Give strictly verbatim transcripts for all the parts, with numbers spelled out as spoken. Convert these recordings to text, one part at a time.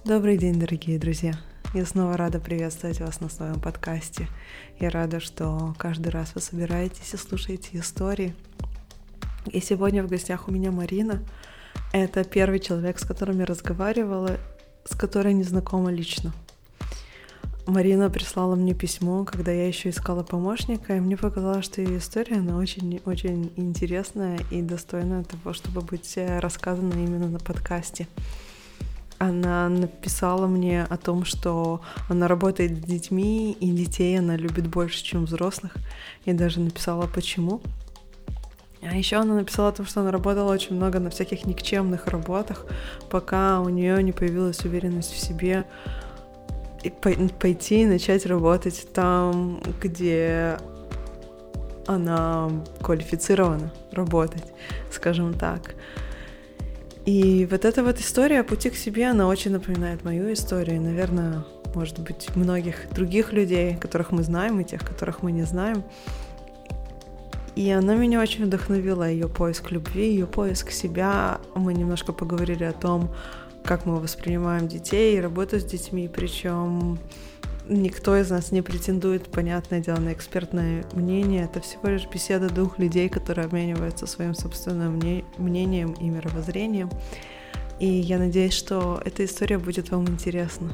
Добрый день, дорогие друзья! Я снова рада приветствовать вас на своем подкасте. Я рада, что каждый раз вы собираетесь и слушаете истории. И сегодня в гостях у меня Марина. Это первый человек, с которым я разговаривала, с которой не знакома лично. Марина прислала мне письмо, когда я еще искала помощника, и мне показалось, что ее история, она очень-очень интересная и достойная того, чтобы быть рассказана именно на подкасте. Она написала мне о том, что она работает с детьми, и детей она любит больше, чем взрослых, и даже написала почему. А еще она написала о том, что она работала очень много на всяких никчемных работах, пока у нее не появилась уверенность в себе и пойти и начать работать там, где она квалифицирована работать, скажем так. И вот эта вот история о пути к себе, она очень напоминает мою историю, и, наверное, может быть, многих других людей, которых мы знаем, и тех, которых мы не знаем. И она меня очень вдохновила, ее поиск любви, ее поиск себя. Мы немножко поговорили о том, как мы воспринимаем детей и работу с детьми, причем никто из нас не претендует, понятное дело, на экспертное мнение. Это всего лишь беседа двух людей, которые обмениваются своим собственным мнением и мировоззрением. И я надеюсь, что эта история будет вам интересна.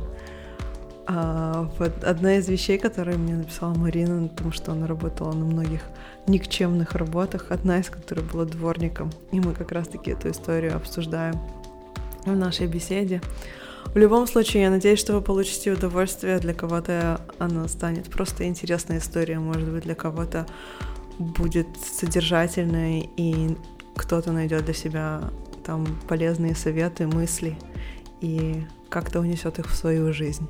А вот одна из вещей, которые мне написала Марина, о том, что она работала на многих никчемных работах, одна из которых была дворником. И мы как раз-таки эту историю обсуждаем в нашей беседе. В любом случае, я надеюсь, что вы получите удовольствие. Для кого-то она станет просто интересная история, может быть, для кого-то будет содержательной, и кто-то найдет для себя там полезные советы, мысли и как-то унесет их в свою жизнь.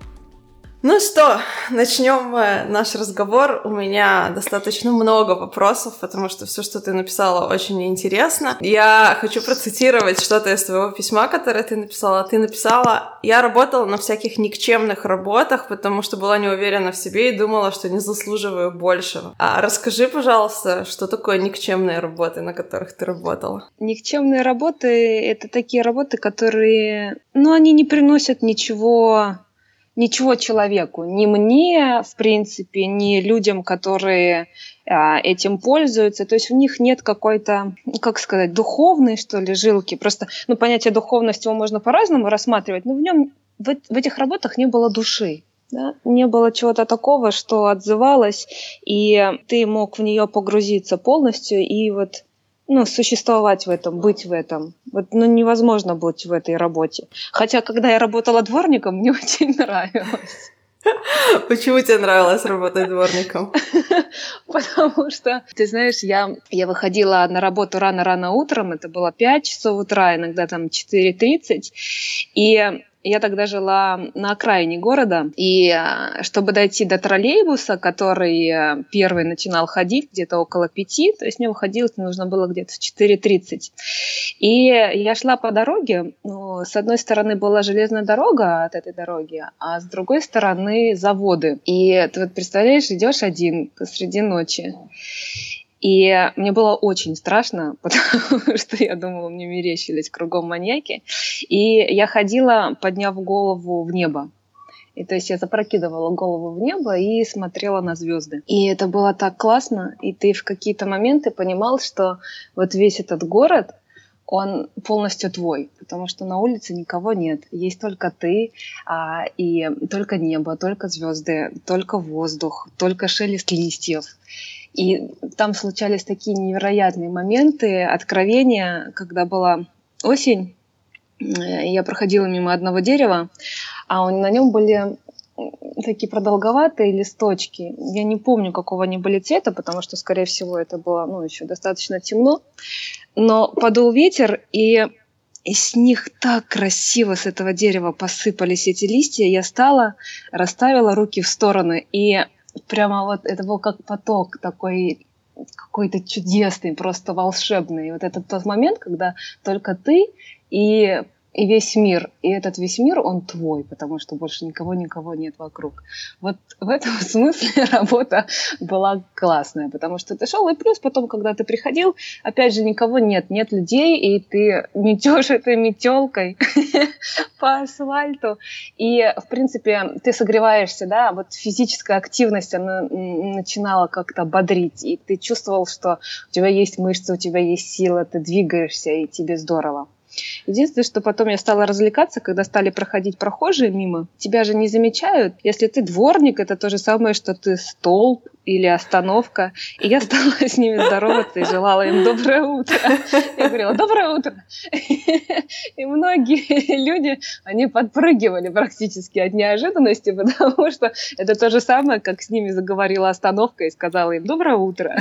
Ну что, начнем наш разговор. У меня достаточно много вопросов, потому что все, что ты написала, очень интересно. Я хочу процитировать что-то из твоего письма, которое ты написала. Ты написала: «Я работала на всяких никчемных работах, потому что была не уверена в себе и думала, что не заслуживаю большего». А расскажи, пожалуйста, что такое никчемные работы, на которых ты работала? Никчемные работы — это такие работы, которые, ну, они не приносят ничего... Ничего человеку, ни мне, в принципе, ни людям, которые а, этим пользуются. То есть у них нет какой-то, как сказать, духовной, что ли, жилки. Просто, ну, понятие духовности его можно по-разному рассматривать, но в нем, в, в этих работах не было души. Да? Не было чего-то такого, что отзывалось, и ты мог в нее погрузиться полностью и вот ну, существовать в этом, быть в этом. Вот, ну, невозможно быть в этой работе. Хотя, когда я работала дворником, мне очень нравилось. Почему тебе нравилось работать дворником? Потому что, ты знаешь, я, я выходила на работу рано-рано утром, это было пять часов утра, иногда там четыре тридцать, и я тогда жила на окраине города, и чтобы дойти до троллейбуса, который первый начинал ходить где-то около пяти, то есть мне выходилось нужно было где-то в четыре тридцать. И я шла по дороге, ну, с одной стороны была железная дорога от этой дороги, а с другой стороны заводы. И ты вот представляешь, идешь один посреди ночи. И мне было очень страшно, потому что я думала, мне мерещились кругом маньяки. И я ходила, подняв голову в небо. И то есть я запрокидывала голову в небо и смотрела на звезды. И это было так классно. И ты в какие-то моменты понимал, что вот весь этот город, он полностью твой, потому что на улице никого нет. Есть только ты, а, и только небо, только звезды, только воздух, только шелест листьев. И там случались такие невероятные моменты, откровения, когда была осень, я проходила мимо одного дерева, а на нем были такие продолговатые листочки. Я не помню, какого они были цвета, потому что, скорее всего, это было ну, еще достаточно темно. Но подул ветер, и из них так красиво с этого дерева посыпались эти листья. Я стала, расставила руки в стороны, и прямо вот это был как поток такой какой-то чудесный, просто волшебный. И вот этот тот момент, когда только ты и и весь мир. И этот весь мир, он твой, потому что больше никого-никого нет вокруг. Вот в этом смысле работа была классная, потому что ты шел, и плюс потом, когда ты приходил, опять же, никого нет, нет людей, и ты метешь этой метелкой по асфальту. И, в принципе, ты согреваешься, да, вот физическая активность, она начинала как-то бодрить, и ты чувствовал, что у тебя есть мышцы, у тебя есть сила, ты двигаешься, и тебе здорово. Единственное, что потом я стала развлекаться, когда стали проходить прохожие мимо. Тебя же не замечают. Если ты дворник, это то же самое, что ты столб или остановка. И я стала с ними здороваться и желала им доброе утро. Я говорила: доброе утро. И многие люди, они подпрыгивали практически от неожиданности, потому что это то же самое, как с ними заговорила остановка и сказала им доброе утро.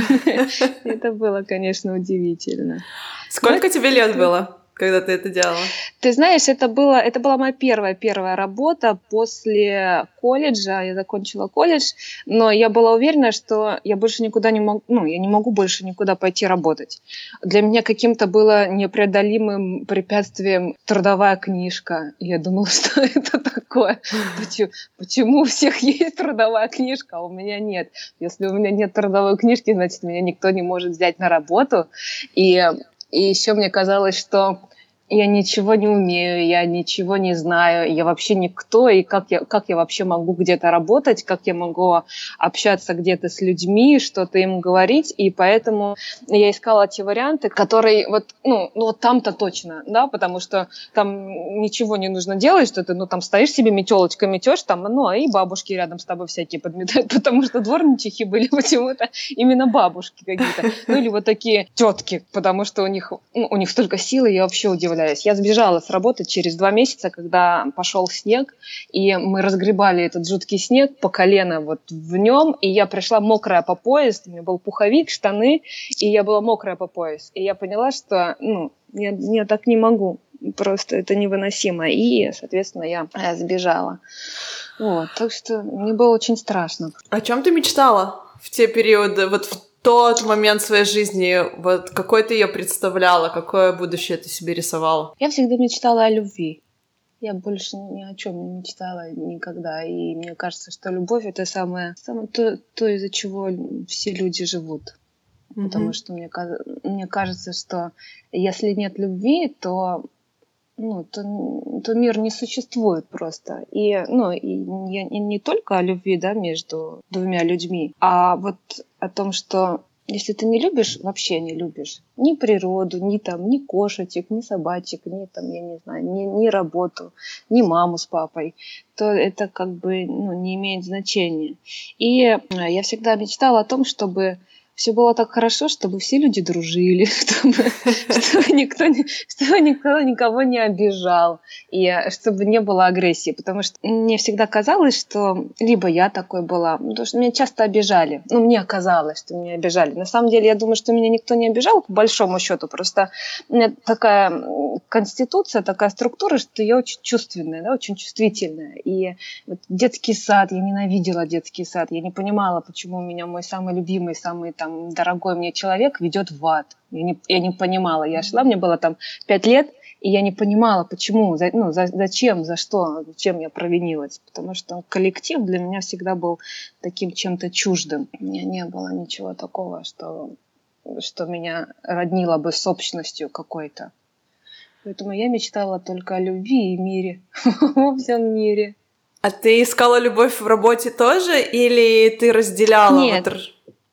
Это было, конечно, удивительно. Сколько тебе лет было, когда ты это делала? Ты знаешь, это, было, это была моя первая первая работа после колледжа. Я закончила колледж, но я была уверена, что я больше никуда не могу, ну, я не могу больше никуда пойти работать. Для меня каким-то было непреодолимым препятствием трудовая книжка. И я думала, что это такое? Почему, почему у всех есть трудовая книжка, а у меня нет? Если у меня нет трудовой книжки, значит, меня никто не может взять на работу. И И еще мне казалось, что я ничего не умею, я ничего не знаю, я вообще никто, и как я, как я вообще могу где-то работать, как я могу общаться где-то с людьми, что-то им говорить, и поэтому я искала те варианты, которые вот, ну, ну вот там-то точно, да, потому что там ничего не нужно делать, что ты, ну, там стоишь себе метелочкой метешь, там, ну, и бабушки рядом с тобой всякие подметают, потому что дворничихи были почему-то именно бабушки какие-то, ну, или вот такие тетки, потому что у них, ну, у них столько силы, я вообще удивляюсь. Я сбежала с работы через два месяца, когда пошел снег, и мы разгребали этот жуткий снег по колено вот в нем, и я пришла мокрая по пояс, у меня был пуховик, штаны, и я была мокрая по пояс. И я поняла, что, ну, я, я так не могу, просто это невыносимо. И, соответственно, я, я сбежала. Вот, так что мне было очень страшно. О чем ты мечтала в те периоды, вот в тот момент своей жизни, вот какой ты ее представляла, какое будущее ты себе рисовала? Я всегда мечтала о любви. Я больше ни о чем не мечтала никогда. И мне кажется, что любовь — это самое, самое то, то, из-за чего все люди живут. Mm-hmm. Потому что мне, мне кажется, что если нет любви, то, ну, то, то мир не существует просто. И, ну, и не, и не только о любви, да, между двумя людьми, а вот о том, что если ты не любишь, вообще не любишь ни природу, ни там, ни кошечек, ни собачек, ни там, я не знаю, ни, ни работу, ни маму с папой, то это как бы, ну, не имеет значения. И я всегда мечтала о том, чтобы все было так хорошо, чтобы все люди дружили, чтобы, чтобы, никто, чтобы никто никого не обижал, и чтобы не было агрессии, потому что мне всегда казалось, что либо я такой была, потому что меня часто обижали, ну, мне казалось, что меня обижали. На самом деле, я думаю, что меня никто не обижал, по большому счету, просто у меня такая конституция, такая структура, что я очень чувственная, да, очень чувствительная, и вот детский сад, я ненавидела детский сад, я не понимала, почему у меня мой самый любимый, самый там дорогой мне человек ведет в ад. Я не, я не понимала. Я шла, мне было там пять лет, и я не понимала, почему, за, ну, за, зачем, за что, зачем я провинилась. Потому что коллектив для меня всегда был таким чем-то чуждым. У меня не было ничего такого, что, что меня роднило бы с общностью какой-то. Поэтому я мечтала только о любви и мире. Во всем мире. А ты искала любовь в работе тоже? Или ты разделяла? Нет. Вот...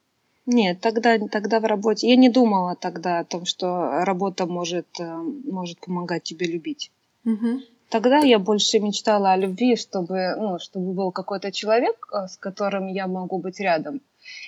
Нет, тогда, тогда в работе. Я не думала тогда о том, что работа может, может помогать тебе любить. Угу. Тогда я больше мечтала о любви, чтобы, ну, чтобы был какой-то человек, с которым я могу быть рядом.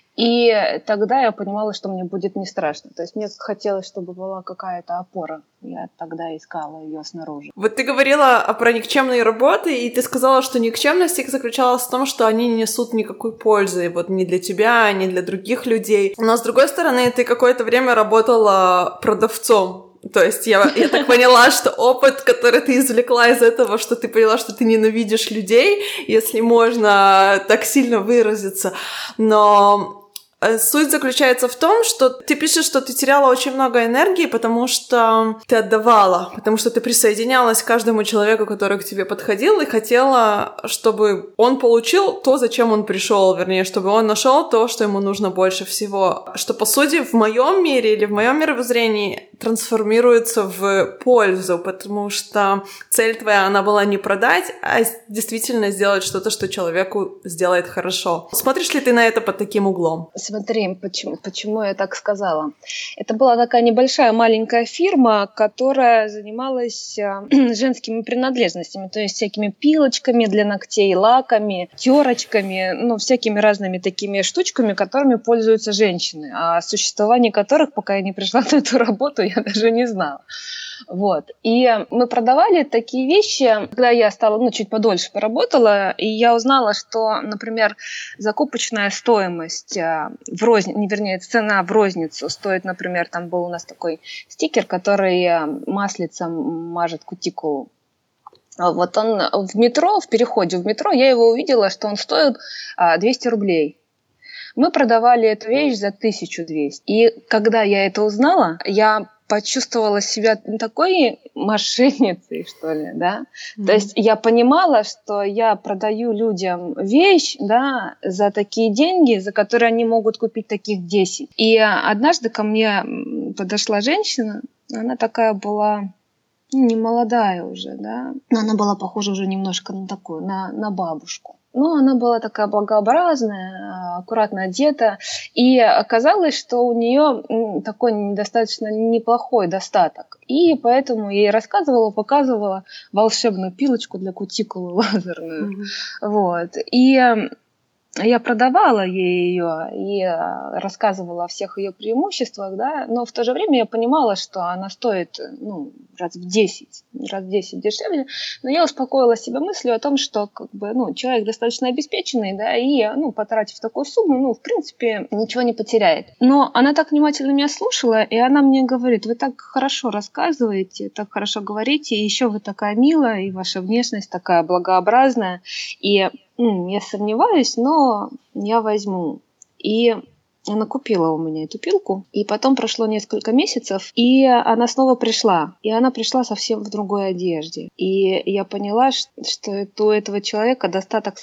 И тогда я понимала, что мне будет не страшно. То есть мне хотелось, чтобы была какая-то опора. Я тогда искала ее снаружи. Вот ты говорила про никчемные работы, и ты сказала, что никчемность их заключалась в том, что они не несут никакой пользы, вот ни для тебя, ни для других людей. Но с другой стороны, ты какое-то время работала продавцом. То есть я, я так поняла, что опыт, который ты извлекла из этого, что ты поняла, что ты ненавидишь людей, если можно так сильно выразиться. Но Суть заключается в том, что ты пишешь, что ты теряла очень много энергии, потому что ты отдавала, потому что ты присоединялась к каждому человеку, который к тебе подходил, и хотела, чтобы он получил то, зачем он пришел, вернее, чтобы он нашел то, что ему нужно больше всего. Что, по сути, в моем мире или в моем мировоззрении трансформируется в пользу, потому что цель твоя, она была не продать, а действительно сделать что-то, что человеку сделает хорошо. Смотришь ли ты на это под таким углом? Смотри, почему, почему я так сказала. Это была такая небольшая маленькая фирма, которая занималась женскими принадлежностями, то есть всякими пилочками для ногтей, лаками, терочками, ну, всякими разными такими штучками, которыми пользуются женщины, о существовании которых, пока я не пришла на эту работу, я даже не знала. Вот. И мы продавали такие вещи, когда я стала, ну, чуть подольше поработала, и я узнала, что, например, закупочная стоимость в розницу, не вернее, цена в розницу стоит, например, там был у нас такой стикер, который маслицем мажет кутикулу. Вот он в метро, в переходе в метро, я его увидела, что он стоит двести рублей. Мы продавали эту вещь за тысячу двести. И когда я это узнала, я почувствовала себя такой мошенницей, что ли, да. Mm-hmm. То есть я понимала, что я продаю людям вещь, да, за такие деньги, за которые они могут купить таких десять. И однажды ко мне подошла женщина, она такая была не молодая уже, да, но она была похожа уже немножко на такую, на, на бабушку. Ну, она была такая благообразная, аккуратно одета, и оказалось, что у нее такой достаточно неплохой достаток. И поэтому я ей рассказывала, показывала волшебную пилочку для кутикулы лазерную. Mm-hmm. Вот. И я продавала ей ее и рассказывала о всех ее преимуществах, да, но в то же время я понимала, что она стоит, ну, раз в десять, раз в десять дешевле, но я успокоила себя мыслью о том, что, как бы, ну, человек достаточно обеспеченный, да, и, ну, потратив такую сумму, ну, в принципе, ничего не потеряет. Но она так внимательно меня слушала, и она мне говорит: вы так хорошо рассказываете, так хорошо говорите, и еще вы такая милая, и ваша внешность такая благообразная, и я сомневаюсь, но я возьму. И она купила у меня эту пилку, и потом прошло несколько месяцев, и она снова пришла. И она пришла совсем в другой одежде. И я поняла, что у этого человека достаток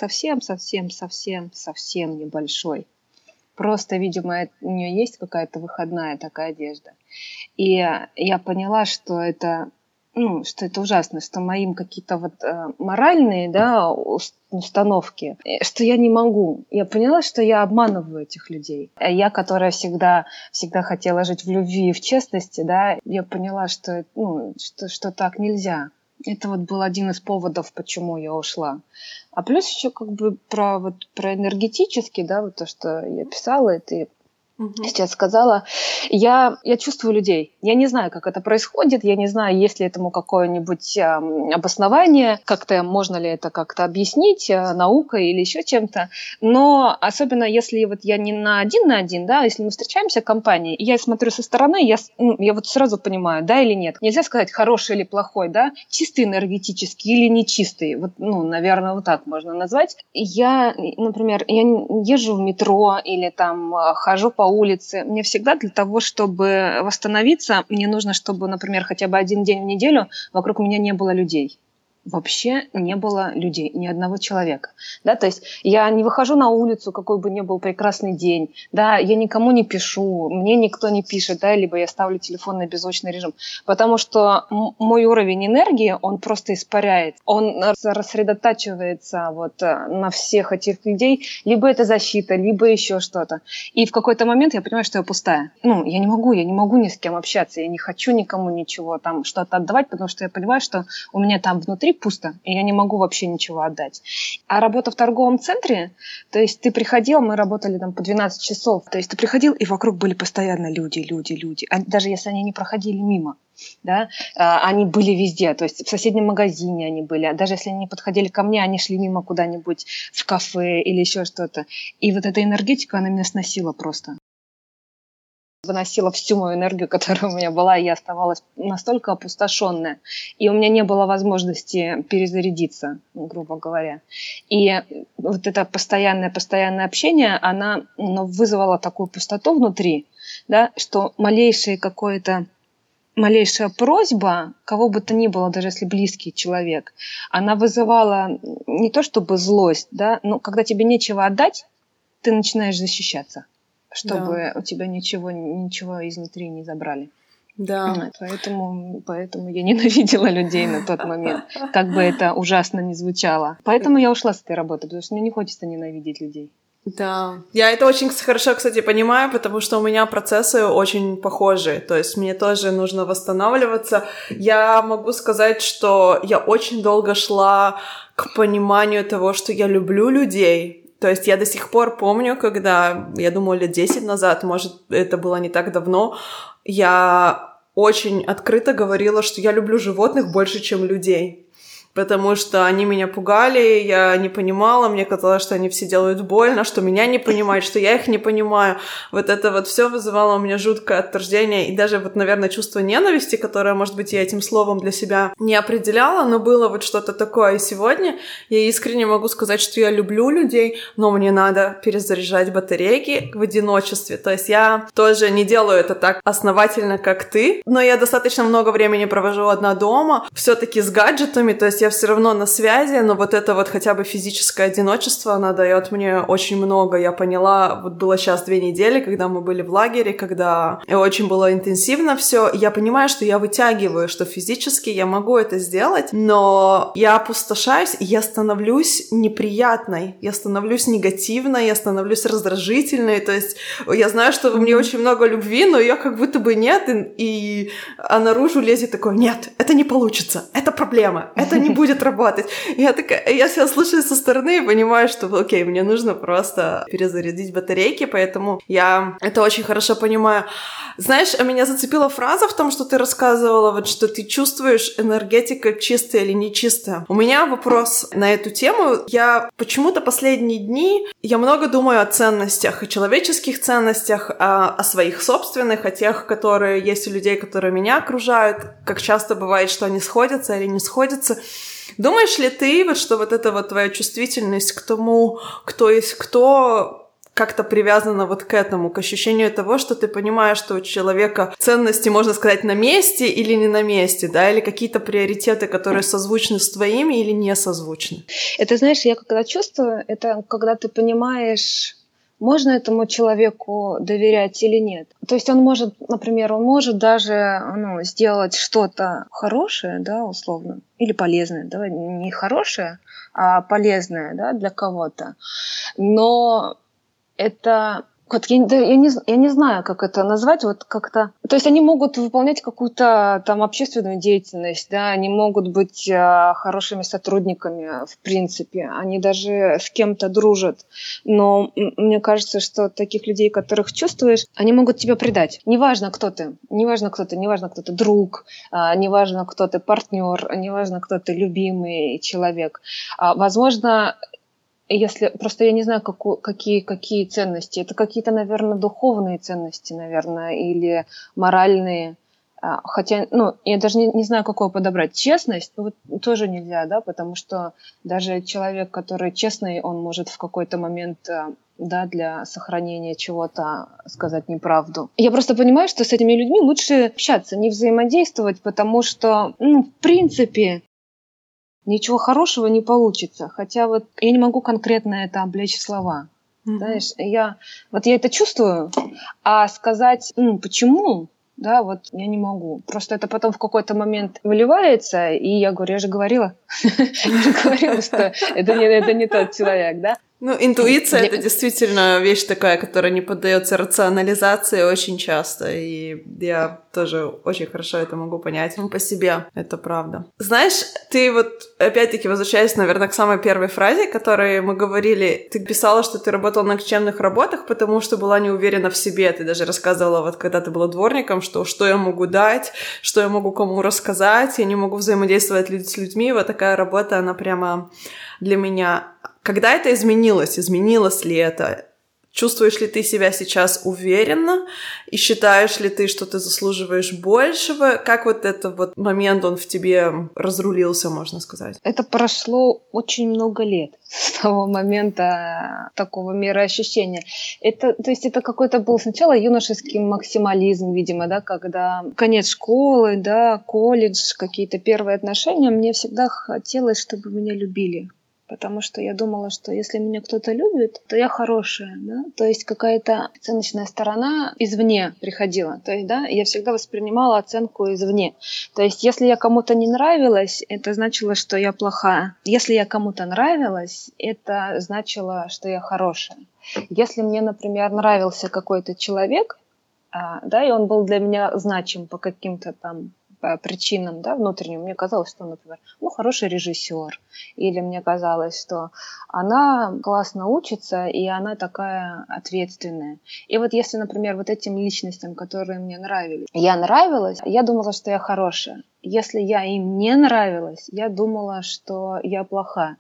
совсем-совсем-совсем-совсем небольшой. Просто, видимо, у нее есть какая-то выходная такая одежда. И я поняла, что это... Ну, что это ужасно, что моим какие-то вот э, моральные, да, установки, что я не могу. Я поняла, что я обманываю этих людей. Я, которая всегда, всегда хотела жить в любви и в честности, да, я поняла, что, ну, что, что так нельзя. Это вот был один из поводов, почему я ушла. А плюс еще как бы про, вот, про энергетически, да, вот то, что я писала, это Uh-huh. сейчас сказала, я, я чувствую людей. Я не знаю, как это происходит, я не знаю, есть ли этому какое-нибудь э, обоснование, как-то можно ли это как-то объяснить э, наукой или еще чем-то. Но особенно если вот я не на один на один, да, если мы встречаемся в компании, и я смотрю со стороны, я, ну, я вот сразу понимаю, да или нет. Нельзя сказать, хороший или плохой, да, чистый энергетический или нечистый. Вот, ну, наверное, вот так можно назвать. Я, например, я езжу в метро или там хожу по улице. Мне всегда для того, чтобы восстановиться, мне нужно, чтобы, например, хотя бы один день в неделю вокруг меня не было людей. Вообще не было людей, ни одного человека. Да, то есть я не выхожу на улицу, какой бы ни был прекрасный день, да, я никому не пишу, мне никто не пишет, да, либо я ставлю телефон на беззвучный режим, потому что м- мой уровень энергии, он просто испаряет, он рассредотачивается вот на всех этих людей, либо это защита, либо еще что-то. И в какой-то момент я понимаю, что я пустая. Ну, я не могу, я не могу ни с кем общаться, я не хочу никому ничего там что-то отдавать, потому что я понимаю, что у меня там внутри пусто, и я не могу вообще ничего отдать. А работа в торговом центре, то есть ты приходил, мы работали там по двенадцать часов, то есть ты приходил, и вокруг были постоянно люди, люди, люди. Даже если они не проходили мимо, да, они были везде, то есть в соседнем магазине они были, даже если они не подходили ко мне, они шли мимо куда-нибудь в кафе или еще что-то. И вот эта энергетика, она меня сносила просто. выносила всю мою энергию, которая у меня была, и я оставалась настолько опустошенная. И у меня не было возможности перезарядиться, грубо говоря. И вот это постоянное-постоянное общение, оно, оно вызвало такую пустоту внутри, да, что малейшее какое-то малейшая просьба, кого бы то ни было, даже если близкий человек, она вызывала не то чтобы злость, да, но когда тебе нечего отдать, ты начинаешь защищаться, чтобы да. у тебя ничего, ничего изнутри не забрали. Да. Вот, поэтому, поэтому я ненавидела людей на тот момент, как бы это ужасно ни звучало. Поэтому я ушла с этой работы, потому что мне не хочется ненавидеть людей. Да, я это очень хорошо, кстати, понимаю, потому что у меня процессы очень похожие, то есть мне тоже нужно восстанавливаться. Я могу сказать, что я очень долго шла к пониманию того, что я люблю людей. То есть я до сих пор помню, когда, я думаю, лет десять назад, может, это было не так давно, я очень открыто говорила, что я люблю животных больше, чем людей. Потому что они меня пугали, я не понимала, мне казалось, что они все делают больно, что меня не понимают, что я их не понимаю. Вот это вот все вызывало у меня жуткое отторжение и даже вот, наверное, чувство ненависти, которое, может быть, я этим словом для себя не определяла, но было вот что-то такое. И сегодня я искренне могу сказать, что я люблю людей, но мне надо перезаряжать батарейки в одиночестве. То есть я тоже не делаю это так основательно, как ты, но я достаточно много времени провожу одна дома, все-таки с гаджетами, то есть я все равно на связи, но вот это вот хотя бы физическое одиночество, оно дает мне очень много. Я поняла, вот было сейчас две недели, когда мы были в лагере, когда очень было интенсивно все. Я понимаю, что я вытягиваю, что физически я могу это сделать, но я опустошаюсь, и я становлюсь неприятной, я становлюсь негативной, я становлюсь раздражительной. То есть я знаю, что во мне очень много любви, но ее как будто бы нет, и, и а наружу лезет такое: нет, это не получится, это проблема, это не будет работать. Я такая, я себя слушаю со стороны и понимаю, что, окей, мне нужно просто перезарядить батарейки, поэтому я это очень хорошо понимаю. Знаешь, меня зацепила фраза в том, что ты рассказывала, вот что ты чувствуешь, энергетика чистая или нечистая. У меня вопрос на эту тему. Я почему-то последние дни, я много думаю о ценностях, о человеческих ценностях, о, о своих собственных, о тех, которые есть у людей, которые меня окружают, как часто бывает, что они сходятся или не сходятся. Думаешь ли ты, вот, что вот эта вот твоя чувствительность к тому, кто есть кто, как-то привязана вот к этому, к ощущению того, что ты понимаешь, что у человека ценности, можно сказать, на месте или не на месте, да, или какие-то приоритеты, которые созвучны с твоими или не созвучны? Это, знаешь, я когда чувствую, это когда ты понимаешь, можно этому человеку доверять или нет. То есть он может, например, он может даже ну, сделать что-то хорошее, да, условно, или полезное, да, не хорошее, а полезное, да, для кого-то. Но это... Вот я, да, я, не, я не знаю, как это назвать, вот как-то... То есть они могут выполнять какую-то там общественную деятельность, да, они могут быть э, хорошими сотрудниками, в принципе, они даже с кем-то дружат, но мне кажется, что таких людей, которых чувствуешь, они могут тебя предать. Неважно, кто ты, неважно, кто ты, неважно, кто ты друг, э, неважно, кто ты партнер, неважно, кто ты любимый человек. Э, возможно... Если просто я не знаю, каку, какие, какие ценности. Это какие-то, наверное, духовные ценности, наверное, или моральные. Хотя, ну, я даже не, не знаю, какое подобрать. Честность вот, тоже нельзя, да, потому что даже человек, который честный, он может в какой-то момент, да, для сохранения чего-то сказать неправду. Я просто понимаю, что с этими людьми лучше общаться, не взаимодействовать, потому что, ну, в принципе, ничего хорошего не получится. Хотя вот я не могу конкретно это облечь в слова. Mm-hmm. Знаешь, я, вот я это чувствую, а сказать, ну, почему, да, вот я не могу. Просто это потом в какой-то момент выливается, и я говорю, я же говорила, я же говорила, что это не тот человек, да. Ну, интуиция — это действительно вещь такая, которая не поддается рационализации очень часто, и я тоже очень хорошо это могу понять по себе, это правда. Знаешь, ты вот, опять-таки, возвращаясь, наверное, к самой первой фразе, которой мы говорили, ты писала, что ты работала на никчемных работах, потому что была не уверена в себе, ты даже рассказывала, вот когда ты была дворником, что что я могу дать, что я могу кому рассказать, я не могу взаимодействовать с людьми, вот такая работа, она прямо для меня... Когда это изменилось? Изменилось ли это? Чувствуешь ли ты себя сейчас уверенно? И считаешь ли ты, что ты заслуживаешь большего? Как вот этот вот момент, он в тебе разрулился, можно сказать? Это прошло очень много лет с того момента такого мироощущения. Это, то есть это какой-то был сначала юношеский максимализм, видимо, да, когда конец школы, да, колледж, какие-то первые отношения. Мне всегда хотелось, чтобы меня любили. Потому что я думала, что если меня кто-то любит, то я хорошая, да? То есть какая-то оценочная сторона извне приходила. То есть, да, я всегда воспринимала оценку извне. То есть, если я кому-то не нравилась, это значило, что я плохая. Если я кому-то нравилась, это значило, что я хорошая. Если мне, например, нравился какой-то человек, да, и он был для меня значим по каким-то там по причинам, да, внутренним, мне казалось, что, например, ну, хороший режиссер, или мне казалось, что она классно учится, и она такая ответственная. И вот если, например, вот этим личностям, которые мне нравились, я нравилась, я думала, что я хорошая. Если я им не нравилась, я думала, что я плохая.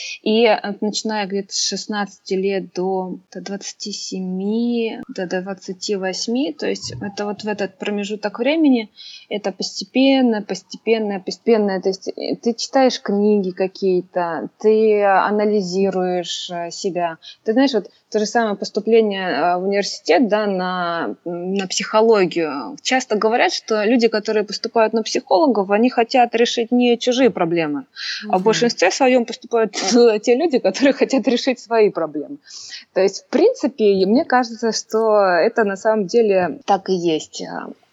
И начиная где-то с шестнадцати лет до, до двадцати семи, до двадцати восьми, то есть это вот в этот промежуток времени, это постепенно, постепенно, постепенно. То есть ты читаешь книги какие-то, ты анализируешь себя. Ты знаешь, вот то же самое поступление в университет, да, на, на психологию. Часто говорят, что люди, которые поступают на психологов, они хотят решить не чужие проблемы, mm-hmm. а в большинстве своем поступают те люди, которые хотят решить свои проблемы. То есть, в принципе, мне кажется, что это на самом деле так и есть.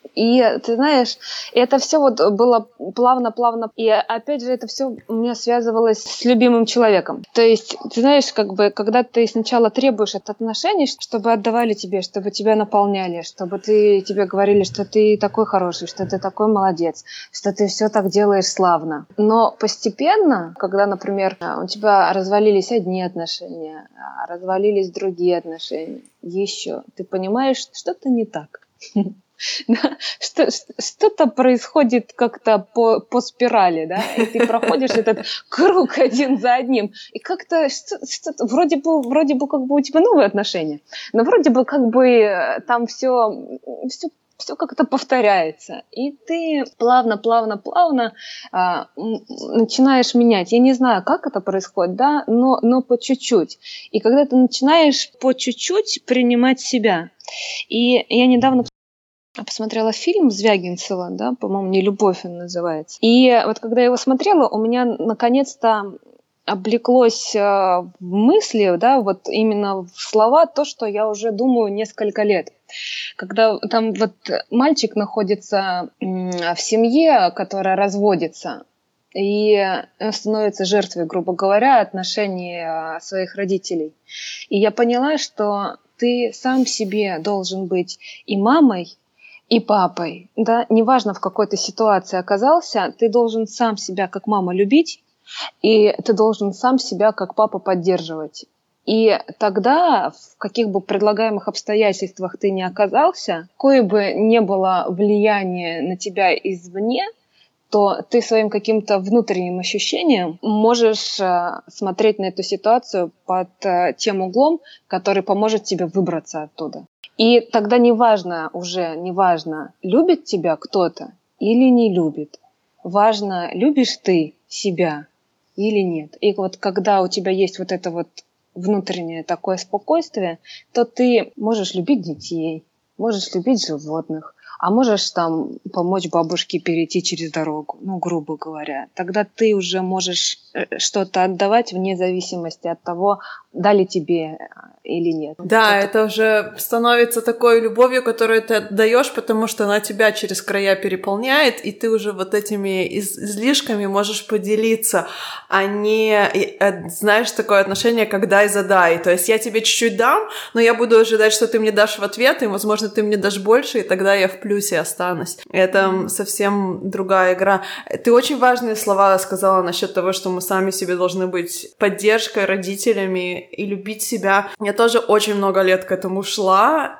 И ты знаешь, это все вот было плавно-плавно. И опять же, это все у меня связывалось с любимым человеком. То есть, ты знаешь, как бы, когда ты сначала требуешь от отношений, чтобы отдавали тебе, чтобы тебя наполняли, чтобы ты, тебе говорили, что ты такой хороший, что ты такой молодец, что ты все так делаешь славно. Но постепенно, когда, например, у тебя развалились одни отношения, развалились другие отношения, еще, ты понимаешь, что что-то не так. Да, что, что-то происходит как-то по, по спирали, да, и ты проходишь этот круг один за одним, и как-то что, что-то, вроде бы, вроде бы как бы у тебя новые отношения, но вроде бы как бы там все, все, все как-то повторяется, и ты плавно, плавно, плавно а, начинаешь менять. Я не знаю, как это происходит, да, но, но по чуть-чуть. И когда ты начинаешь по чуть-чуть принимать себя, и я недавно посмотрела фильм Звягинцева, да, по-моему, «Не любовь» он называется. И вот когда я его смотрела, у меня наконец-то облеклось в мысли, да, вот именно в слова то, что я уже думаю несколько лет. Когда там вот мальчик находится в семье, которая разводится, и становится жертвой, грубо говоря, отношений своих родителей. И я поняла, что ты сам себе должен быть и мамой, и папой, да, неважно, в какой ты ситуации оказался, ты должен сам себя как мама любить, и ты должен сам себя как папа поддерживать. И тогда, в каких бы предлагаемых обстоятельствах ты ни оказался, какое бы ни было влияние на тебя извне, то ты своим каким-то внутренним ощущением можешь смотреть на эту ситуацию под тем углом, который поможет тебе выбраться оттуда. И тогда неважно уже, неважно, любит тебя кто-то или не любит. Важно, любишь ты себя или нет. И вот когда у тебя есть вот это вот внутреннее такое спокойствие, то ты можешь любить детей, можешь любить животных, а можешь там помочь бабушке перейти через дорогу, ну, грубо говоря. Тогда ты уже можешь что-то отдавать вне зависимости от того, дали тебе или нет. Да, это... это уже становится такой любовью, которую ты отдаешь, потому что она тебя через края переполняет, и ты уже вот этими из- излишками можешь поделиться, а не, знаешь, такое отношение, как дай задай. То есть я тебе чуть-чуть дам, но я буду ожидать, что ты мне дашь в ответ, и, возможно, ты мне дашь больше, и тогда я в плюсе останусь. Это mm-hmm. совсем другая игра. Ты очень важные слова сказала насчет того, что мы сами себе должны быть поддержкой, родителями и любить себя. Я тоже очень много лет к этому шла,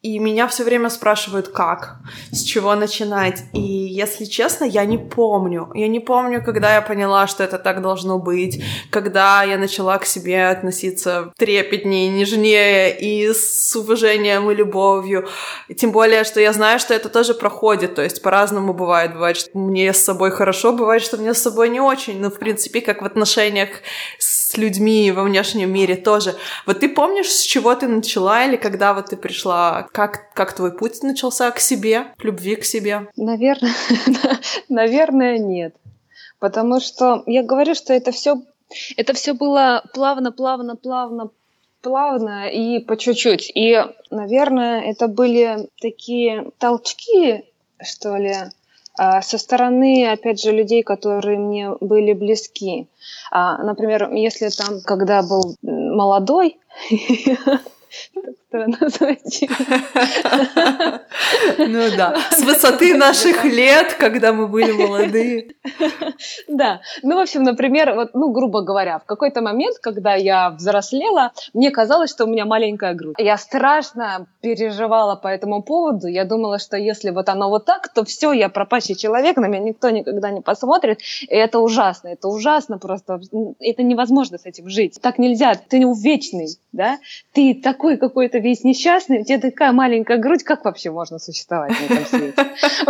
И меня все время спрашивают, как, с чего начинать. И, если честно, я не помню. Я не помню, когда я поняла, что это так должно быть, когда я начала к себе относиться трепетнее, нежнее и с уважением и любовью. И тем более, что я знаю, что это тоже проходит. То есть по-разному бывает. Бывает, что мне с собой хорошо, бывает, что мне с собой не очень. Но, в принципе, как в отношениях с людьми во внешнем мире тоже. Вот ты помнишь, с чего ты начала или когда вот ты пришла? Как, как твой путь начался к себе, к любви к себе? Наверное, наверное, нет. Потому что я говорю, что это все, это все было плавно, плавно, плавно, плавно и по чуть-чуть. И, наверное, это были такие толчки, что ли, со стороны, опять же, людей, которые мне были близки. Например, если там, когда был молодой, так странно звучит. Ну да, с высоты наших лет, когда мы были молодые. Да, ну, в общем, например, вот, ну, грубо говоря, в какой-то момент, когда я взрослела, мне казалось, что у меня маленькая грудь. Я страшно переживала по этому поводу. Я думала, что если вот оно вот так, то все, я пропащий человек, на меня никто никогда не посмотрит. И это ужасно, это ужасно просто. Это невозможно с этим жить. Так нельзя, ты не вечный, да? Ты такой какой-то весь несчастный, у тебя такая маленькая грудь, как вообще можно существовать на этом свете?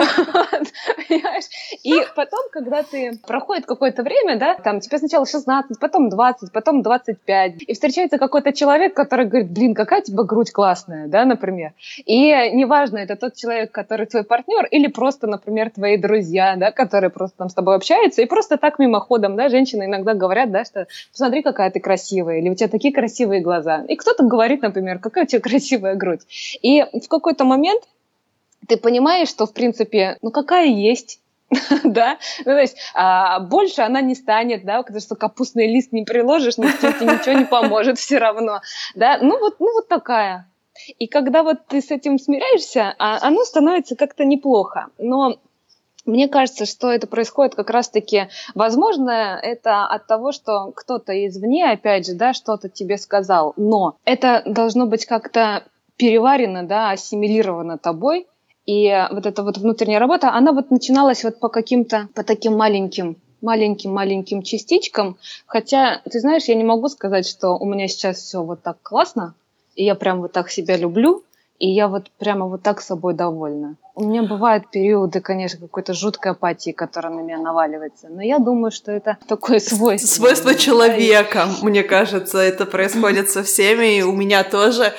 И потом, когда ты проходит какое-то время, да, там тебе сначала шестнадцать, потом двадцать, потом двадцать пять, и встречается какой-то человек, который говорит, блин, какая у тебя грудь классная, да, например. И неважно, это тот человек, который твой партнер, или просто, например, твои друзья, да, которые просто там с тобой общаются, и просто так мимоходом, да, женщины иногда говорят, да, что посмотри, какая ты красивая, или у тебя такие красивые глаза. И кто-то говорит, например, какая у тебя красивая грудь. И в какой-то момент ты понимаешь, что, в принципе, ну, какая есть, да, ну, то есть а, больше она не станет, да, потому что капустный лист не приложишь, ничего, ничего не поможет все равно, да, ну вот, ну вот такая. И когда вот ты с этим смиряешься, а, оно становится как-то неплохо, но мне кажется, что это происходит как раз-таки, возможно, это от того, что кто-то извне, опять же, да, что-то тебе сказал, но это должно быть как-то переварено, да, ассимилировано тобой, и вот эта вот внутренняя работа, она вот начиналась вот по каким-то, по таким маленьким, маленьким-маленьким частичкам, хотя, ты знаешь, я не могу сказать, что у меня сейчас все вот так классно, и я прям вот так себя люблю, и я вот прямо вот так собой довольна. У меня бывают периоды, конечно, какой-то жуткой апатии, которая на меня наваливается, но я думаю, что это такое свойство. Свойство человека, да, мне кажется, это происходит со всеми, и у меня тоже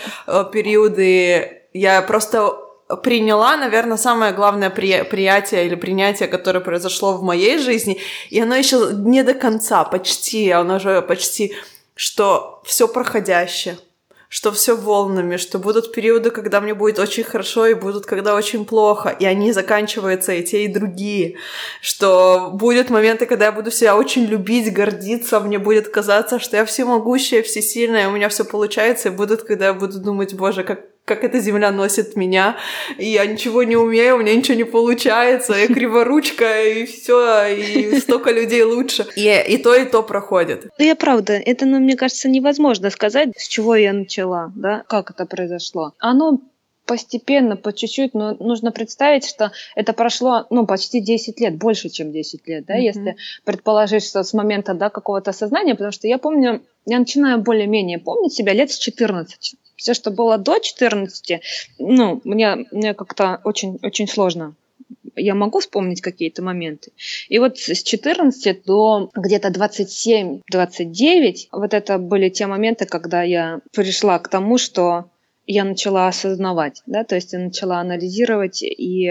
периоды, я просто приняла, наверное, самое главное при... приятие или принятие, которое произошло в моей жизни, и оно еще не до конца, почти, оно же почти, что все проходящее, что все волнами, что будут периоды, когда мне будет очень хорошо, и будут, когда очень плохо, и они заканчиваются, и те, и другие, что будут моменты, когда я буду себя очень любить, гордиться, мне будет казаться, что я всемогущая, всесильная, у меня все получается, и будут, когда я буду думать, боже, как как эта земля носит меня, и я ничего не умею, у меня ничего не получается, я криворучка, и все, и столько людей лучше. И, и то, и то проходит. Я правда, это, ну, мне кажется, невозможно сказать, с чего я начала, да, как это произошло. Оно постепенно, по чуть-чуть, но нужно представить, что это прошло, ну, почти десять лет, больше, чем десять лет, да, mm-hmm. если предположить, что с момента, да, какого-то осознания, потому что я помню, я начинаю более-менее помнить себя лет с четырнадцати. Все, что было до четырнадцати, ну, мне, мне как-то очень-очень сложно. Я могу вспомнить какие-то моменты. И вот с четырнадцати до где-то двадцать семь двадцать девять, вот это были те моменты, когда я пришла к тому, что я начала осознавать, да, то есть я начала анализировать и,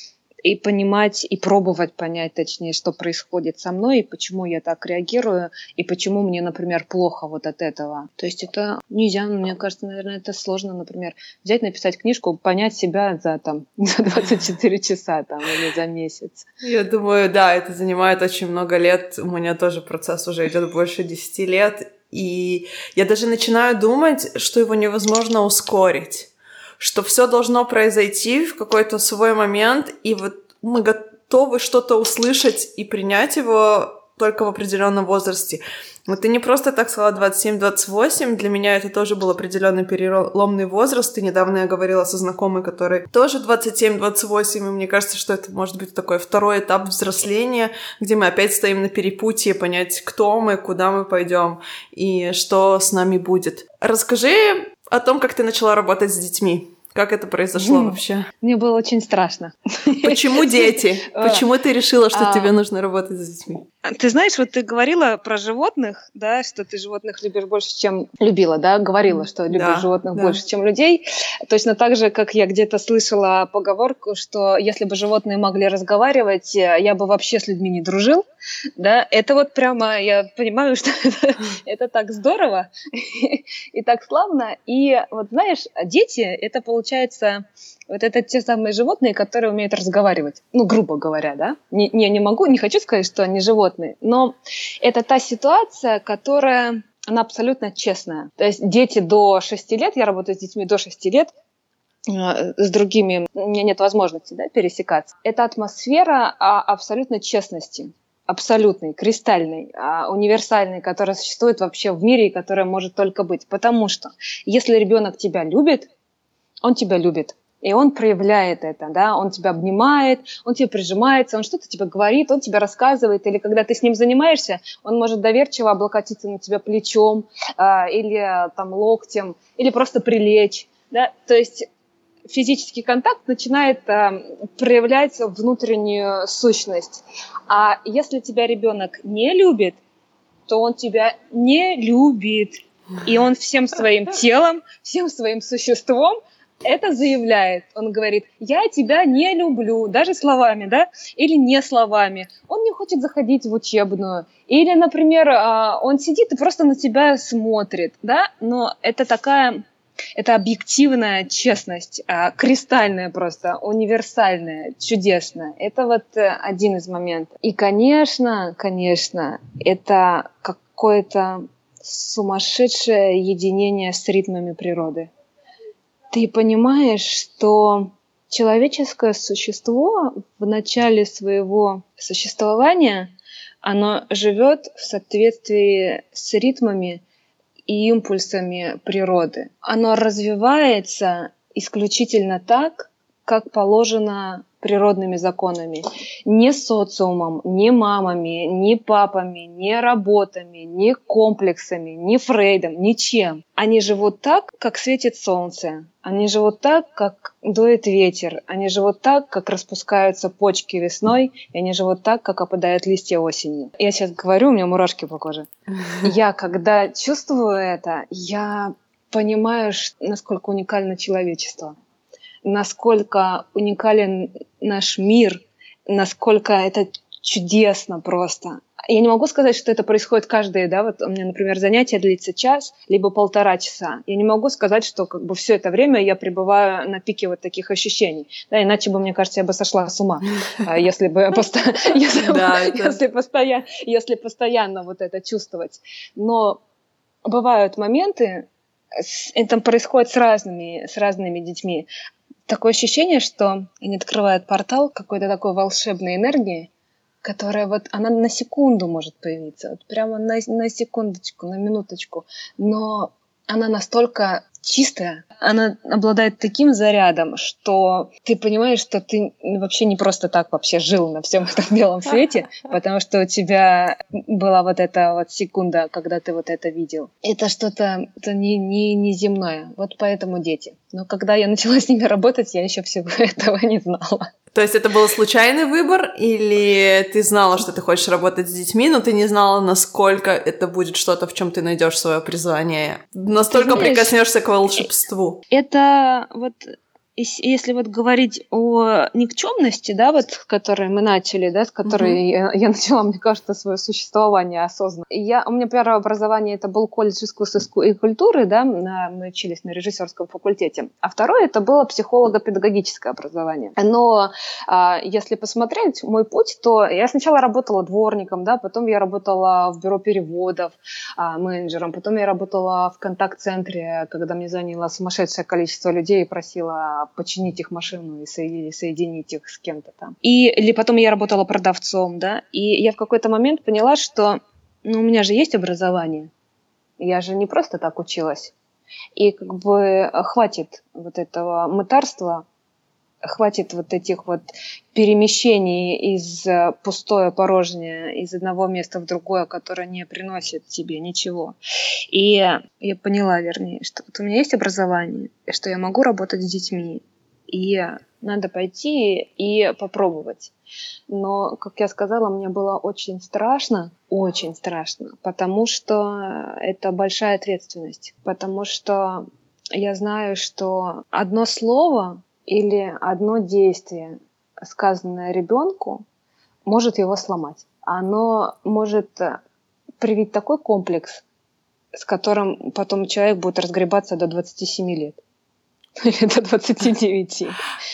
и понимать, и пробовать понять, точнее, что происходит со мной, и почему я так реагирую, и почему мне, например, плохо вот от этого. То есть это нельзя, мне кажется, наверное, это сложно, например, взять, написать книжку, понять себя за, там, за двадцать четыре часа там, или за месяц. Я думаю, да, это занимает очень много лет, у меня тоже процесс уже идет больше десяти лет, и я даже начинаю думать, что его невозможно ускорить, что все должно произойти в какой-то свой момент, и вот мы готовы что-то услышать и принять его только в определенном возрасте. Вот ты не просто так сказала двадцать семь двадцать восемь, для меня это тоже был определенный переломный возраст. И недавно я говорила со знакомой, которой тоже двадцать семь двадцать восемь, и мне кажется, что это может быть такой второй этап взросления, где мы опять стоим на перепутье, понять, кто мы, куда мы пойдем и что с нами будет. Расскажи о том, как ты начала работать с детьми. Как это произошло вообще? Мне было очень страшно. Почему дети? Почему ты решила, что тебе нужно работать с детьми? Ты знаешь, вот ты говорила про животных, да, что ты животных любишь больше, чем любила, да, говорила, что любишь да, животных да. больше, чем людей. Точно так же, как я где-то слышала поговорку, что если бы животные могли разговаривать, я бы вообще с людьми не дружил, да. Это вот прямо, я понимаю, что это, это так здорово и так славно. И вот знаешь, дети, это получается... Вот это те самые животные, которые умеют разговаривать. Ну, грубо говоря, да. Не, не, не могу, не хочу сказать, что они животные. Но это та ситуация, которая, она абсолютно честная. То есть дети до шести лет, я работаю с детьми до шести лет, с другими у меня нет возможности, да, пересекаться. Это атмосфера абсолютной честности. Абсолютной, кристальной, универсальной, которая существует вообще в мире и которая может только быть. Потому что если ребенок тебя любит, он тебя любит. И он проявляет это, да, он тебя обнимает, он тебе прижимается, он что-то тебе говорит, он тебе рассказывает, или когда ты с ним занимаешься, он может доверчиво облокотиться на тебя плечом, э, или там локтем, или просто прилечь, да, то есть физический контакт начинает э, проявлять внутреннюю сущность. А если тебя ребенок не любит, то он тебя не любит, и он всем своим телом, всем своим существом это заявляет. Он говорит, я тебя не люблю, даже словами, да, или не словами. Он не хочет заходить в учебную. Или, например, он сидит и просто на тебя смотрит, да, но это такая, это объективная честность, кристальная просто, универсальная, чудесная. Это вот один из моментов. И, конечно, конечно, это какое-то сумасшедшее единение с ритмами природы. Ты понимаешь, что человеческое существо в начале своего существования, оно живет в соответствии с ритмами и импульсами природы. Оно развивается исключительно так, как положено природными законами. Не социумом, не мамами, не папами, не работами, не комплексами, не Фрейдом, ничем. Они живут так, как светит солнце. Они живут так, как дует ветер. Они живут так, как распускаются почки весной. И они живут так, как опадают листья осенью. Я сейчас говорю, у меня мурашки по коже. Я, когда чувствую это, я понимаю, насколько уникально человечество. Насколько уникален наш мир, насколько это чудесно просто. Я не могу сказать, что это происходит каждое, да, вот у меня, например, занятие длится час, либо полтора часа. Я не могу сказать, что как бы все это время я пребываю на пике вот таких ощущений, да, иначе бы, мне кажется, я бы сошла с ума, если бы если постоянно вот это чувствовать. Но бывают моменты, это происходит с разными, с разными детьми. Такое ощущение, что они открывают портал какой-то такой волшебной энергии, которая вот, она на секунду может появиться, вот прямо на, на секундочку, на минуточку, но она настолько чистая, она обладает таким зарядом, что ты понимаешь, что ты вообще не просто так вообще жил на всем этом белом свете, потому что у тебя была вот эта вот секунда, когда ты вот это видел. Это что-то это не, не, не земное. Вот поэтому дети. Но когда я начала с ними работать, я еще всего этого не знала. То есть это был случайный выбор, или ты знала, что ты хочешь работать с детьми, но ты не знала, насколько это будет что-то, в чем ты найдешь свое призвание? Настолько знаешь, прикоснешься к волшебству. Это вот... Если вот говорить о никчемности, да, вот, с которой мы начали, да, с которой mm-hmm. я, я начала, мне кажется, свое существование осознанно. Я, у меня первое образование это был колледж искусств и культуры, да, на, мы учились на режиссерском факультете, а второе это было психолого-педагогическое образование. Но а, если посмотреть мой путь, то я сначала работала дворником, да, потом я работала в бюро переводов а, менеджером, потом я работала в контакт-центре, когда мне звонило сумасшедшее количество людей и просила починить их машину и соединить, соединить их с кем-то там. И, или потом я работала продавцом, да, и я в какой-то момент поняла, что ну, у меня же есть образование, я же не просто так училась. И как бы хватит вот этого мытарства, хватит вот этих вот перемещений из пустое, порожнее, из одного места в другое, которое не приносит тебе ничего. И я поняла, вернее, что вот у меня есть образование, что я могу работать с детьми, и надо пойти и попробовать. Но, как я сказала, мне было очень страшно, очень страшно, потому что это большая ответственность, потому что я знаю, что одно слово или одно действие, сказанное ребенку, может его сломать. Оно может привить такой комплекс, с которым потом человек будет разгребаться до двадцати семи лет. Или до двадцати девяти.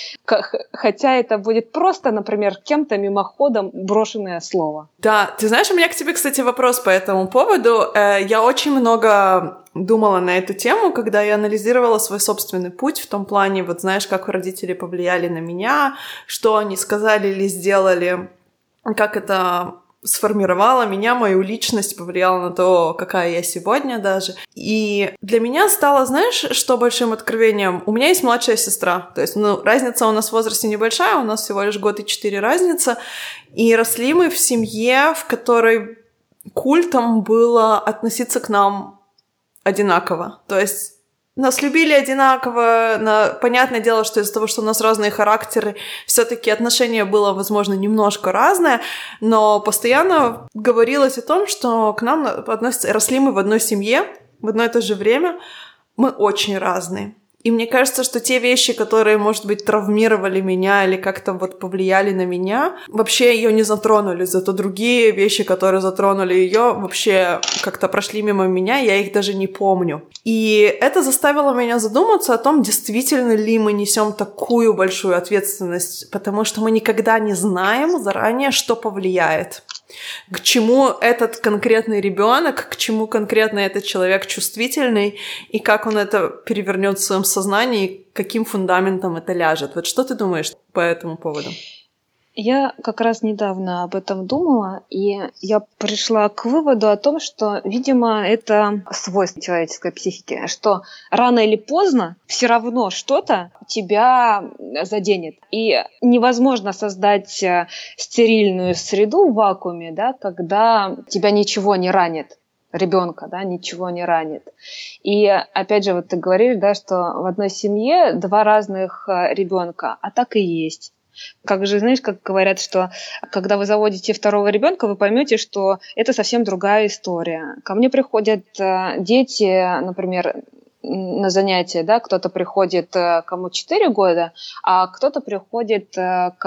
Хотя это будет просто, например, кем-то мимоходом брошенное слово. Да, ты знаешь, у меня к тебе, кстати, вопрос по этому поводу. Я очень много думала на эту тему, когда я анализировала свой собственный путь в том плане, вот знаешь, как родители повлияли на меня, что они сказали или сделали, как это сформировало меня, мою личность, повлияло на то, какая я сегодня даже. И для меня стало, знаешь, что большим откровением? У меня есть младшая сестра, то есть, ну, разница у нас в возрасте небольшая, у нас всего лишь год и четыре разница, и росли мы в семье, в которой культом было относиться к нам одинаково, то есть нас любили одинаково, но понятное дело, что из-за того, что у нас разные характеры, все-таки отношение было, возможно, немножко разное, но постоянно говорилось о том, что к нам относятся, росли мы в одной семье, в одно и то же время, мы очень разные. И мне кажется, что те вещи, которые, может быть, травмировали меня или как-то вот повлияли на меня, вообще ее не затронули. Зато другие вещи, которые затронули ее, вообще как-то прошли мимо меня, я их даже не помню. И это заставило меня задуматься о том, действительно ли мы несем такую большую ответственность, потому что мы никогда не знаем заранее, что повлияет. К чему этот конкретный ребенок, к чему конкретно этот человек чувствительный, и как он это перевернет в своем сознании, каким фундаментом это ляжет. Вот что ты думаешь по этому поводу? Я как раз недавно об этом думала, и я пришла к выводу о том, что, видимо, это свойство человеческой психики, что рано или поздно все равно что-то тебя заденет. И невозможно создать стерильную среду в вакууме, да, когда тебя ничего не ранит. Ребенка, да, ничего не ранит. И опять же, вот ты говоришь, да, что в одной семье два разных ребенка, а так и есть. Как же, знаешь, как говорят, что когда вы заводите второго ребенка, вы поймете, что это совсем другая история. Ко мне приходят дети, например, на занятия, да, кто-то приходит, кому четыре года, а кто-то приходит,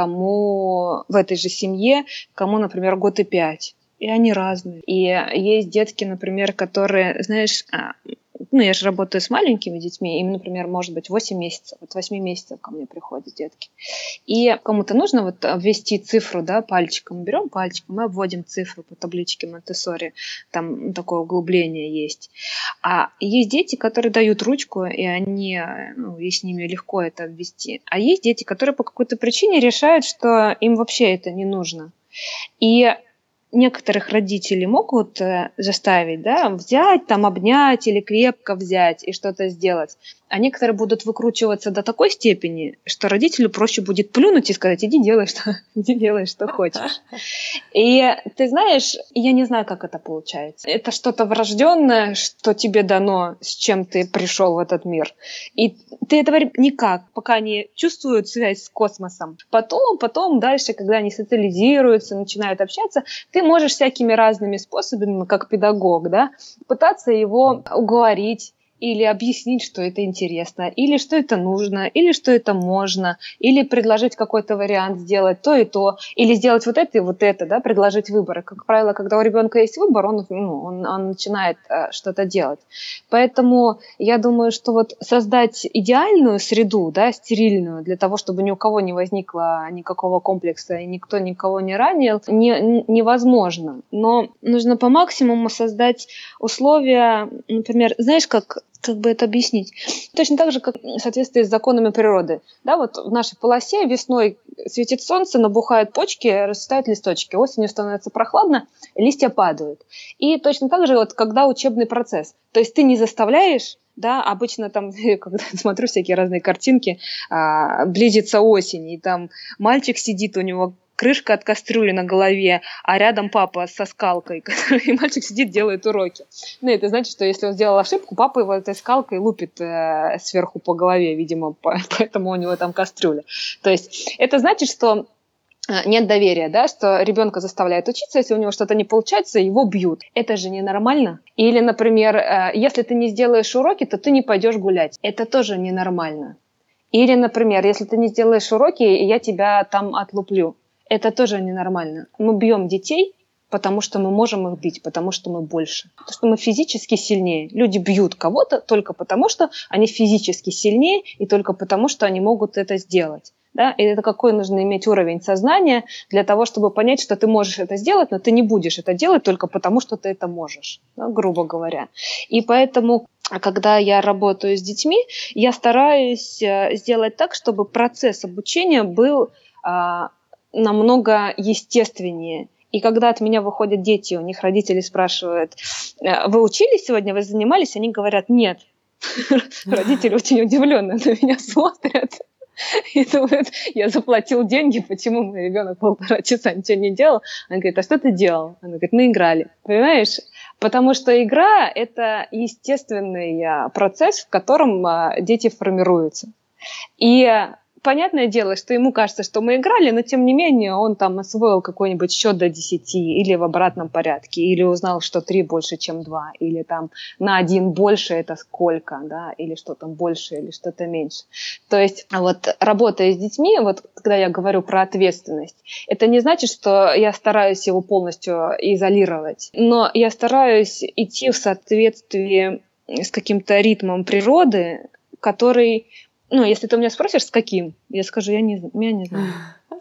кому в этой же семье, кому, например, год и пять. И они разные. И есть детки, например, которые, знаешь, ну, я же работаю с маленькими детьми, им, например, может быть восемь месяцев, вот восемь месяцев ко мне приходят детки. И кому-то нужно вот ввести цифру, да, пальчиком, берем пальчиком, мы обводим цифру по табличке Монтессори, там такое углубление есть. А есть дети, которые дают ручку, и они, ну, и с ними легко это ввести. А есть дети, которые по какой-то причине решают, что им вообще это не нужно. И некоторых родителей могут заставить, да, взять, там, обнять или крепко взять и что-то сделать. А некоторые будут выкручиваться до такой степени, что родителю проще будет плюнуть и сказать: иди делай, что, иди делай, что хочешь. И ты знаешь, я не знаю, как это получается. Это что-то врожденное, что тебе дано, с чем ты пришел в этот мир. И ты этого никак, пока они чувствуют связь с космосом. Потом, потом дальше, когда они социализируются, начинают общаться, ты можешь всякими разными способами, как педагог, да, пытаться его уговорить, или объяснить, что это интересно, или что это нужно, или что это можно, или предложить какой-то вариант сделать то и то, или сделать вот это и вот это, да, предложить выбор. Как правило, когда у ребенка есть выбор, он, ну, он, он начинает э, что-то делать. Поэтому я думаю, что вот создать идеальную среду, да, стерильную, для того, чтобы ни у кого не возникло никакого комплекса и никто никого не ранил, не, невозможно. Но нужно по максимуму создать условия, например, знаешь, как как бы это объяснить? Точно так же, как в соответствии с законами природы. Да, вот в нашей полосе весной светит солнце, набухают почки, расцветают листочки. Осенью становится прохладно, листья падают. И точно так же, вот, когда учебный процесс. То есть ты не заставляешь, да, обычно там, когда смотрю всякие разные картинки, а, близится осень, и там мальчик сидит, у него крышка от кастрюли на голове, а рядом папа со скалкой, и мальчик сидит, делает уроки. Ну, это значит, что если он сделал ошибку, папа его этой скалкой лупит э, сверху по голове, видимо, по, поэтому у него там кастрюля. То есть это значит, что нет доверия, да, что ребенка заставляют учиться, если у него что-то не получается, его бьют. Это же ненормально. Или, например, э, если ты не сделаешь уроки, то ты не пойдешь гулять. Это тоже ненормально. Или, например, если ты не сделаешь уроки, я тебя там отлуплю. Это тоже ненормально. Мы бьем детей, потому что мы можем их бить, потому что мы больше. Потому что мы физически сильнее. Люди бьют кого-то только потому, что они физически сильнее, и только потому, что они могут это сделать. Да? И это какой нужно иметь уровень сознания для того, чтобы понять, что ты можешь это сделать, но ты не будешь это делать только потому, что ты это можешь, да, грубо говоря. И поэтому, когда я работаю с детьми, я стараюсь сделать так, чтобы процесс обучения был а, намного естественнее. И когда от меня выходят дети, у них родители спрашивают: вы учились сегодня, вы занимались? Они говорят: нет. Родители очень удивленно на меня смотрят и думают: я заплатил деньги, почему мой ребенок полтора часа ничего не делал? Она говорит: а что ты делал? Она говорит: мы играли. Понимаешь? Потому что игра — это естественный процесс, в котором дети формируются. И понятное дело, что ему кажется, что мы играли, но тем не менее он там освоил какой-нибудь счет до десяти или в обратном порядке, или узнал, что три больше, чем два, или там на один больше это сколько, да, или что там больше, или что-то меньше. То есть вот работая с детьми, вот когда я говорю про ответственность, это не значит, что я стараюсь его полностью изолировать, но я стараюсь идти в соответствии с каким-то ритмом природы, который... Ну, если ты у меня спросишь, с каким, я скажу: я не, я не знаю.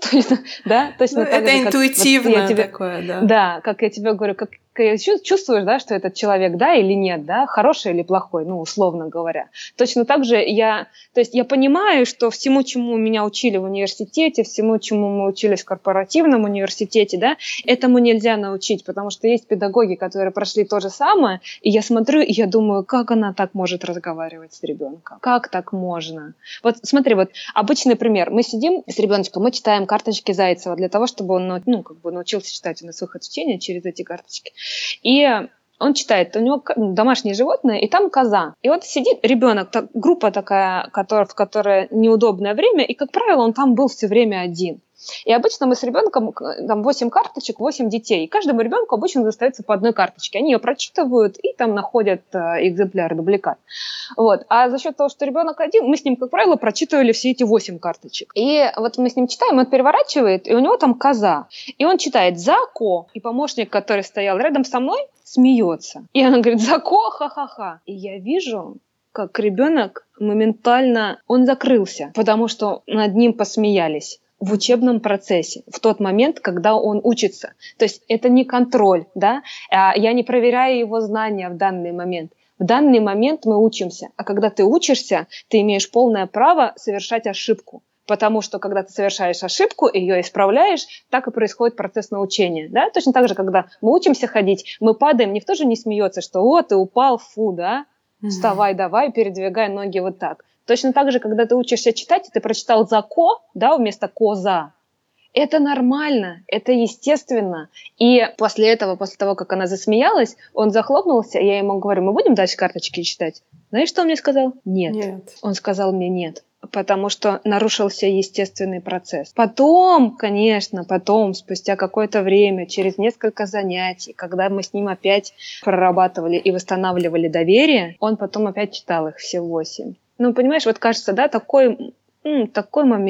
Да, точно так же. Это интуитивно такое, да. Да, как я тебе говорю, как чувствуешь, да, что этот человек, да, или нет, да, хороший или плохой, ну, условно говоря. Точно так же я, то есть я понимаю, что всему, чему меня учили в университете, всему, чему мы учились в корпоративном университете, да, этому нельзя научить, потому что есть педагоги, которые прошли то же самое, и я смотрю, и я думаю: как она так может разговаривать с ребенком? Как так можно? Вот смотри, вот обычный пример. Мы сидим с ребеночком, мы читаем карточки Зайцева для того, чтобы он, ну, как бы научился читать. У нас выход в чтение через эти карточки. И он читает, у него домашнее животное, и там коза. И вот сидит ребенок, так, группа такая, которая, в которой неудобное время, и, как правило, он там был все время один. И обычно мы с ребенком, там восемь карточек, восемь детей, и каждому ребенку обычно достается по одной карточке. Они ее прочитывают и там находят э, экземпляр, дубликат. Вот. А за счет того, что ребенок один, мы с ним, как правило, прочитывали все эти восемь карточек. И вот мы с ним читаем, он переворачивает, и у него там коза. И он читает «за ко», и помощник, который стоял рядом со мной, смеется. И она говорит: «за ко, ха-ха-ха». И я вижу, как ребенок моментально, он закрылся, потому что над ним посмеялись в учебном процессе, в тот момент, когда он учится. То есть это не контроль, да? Я не проверяю его знания в данный момент. В данный момент мы учимся, а когда ты учишься, ты имеешь полное право совершать ошибку. Потому что, когда ты совершаешь ошибку, ее исправляешь, так и происходит процесс научения. Да? Точно так же, когда мы учимся ходить, мы падаем, никто же не смеется, что «о, ты упал, фу, да? Вставай, давай, передвигай ноги вот так». Точно так же, когда ты учишься читать, и ты прочитал «за ко», да, вместо «коза», это нормально, это естественно. И после этого, после того, как она засмеялась, он захлопнулся, и я ему говорю: мы будем дальше карточки читать? Знаешь, что он мне сказал? Нет. Нет. Он сказал мне нет, потому что нарушился естественный процесс. Потом, конечно, потом, спустя какое-то время, через несколько занятий, когда мы с ним опять прорабатывали и восстанавливали доверие, он потом опять читал их все восемь. Ну, понимаешь, вот кажется, да, такой, м, такой момент.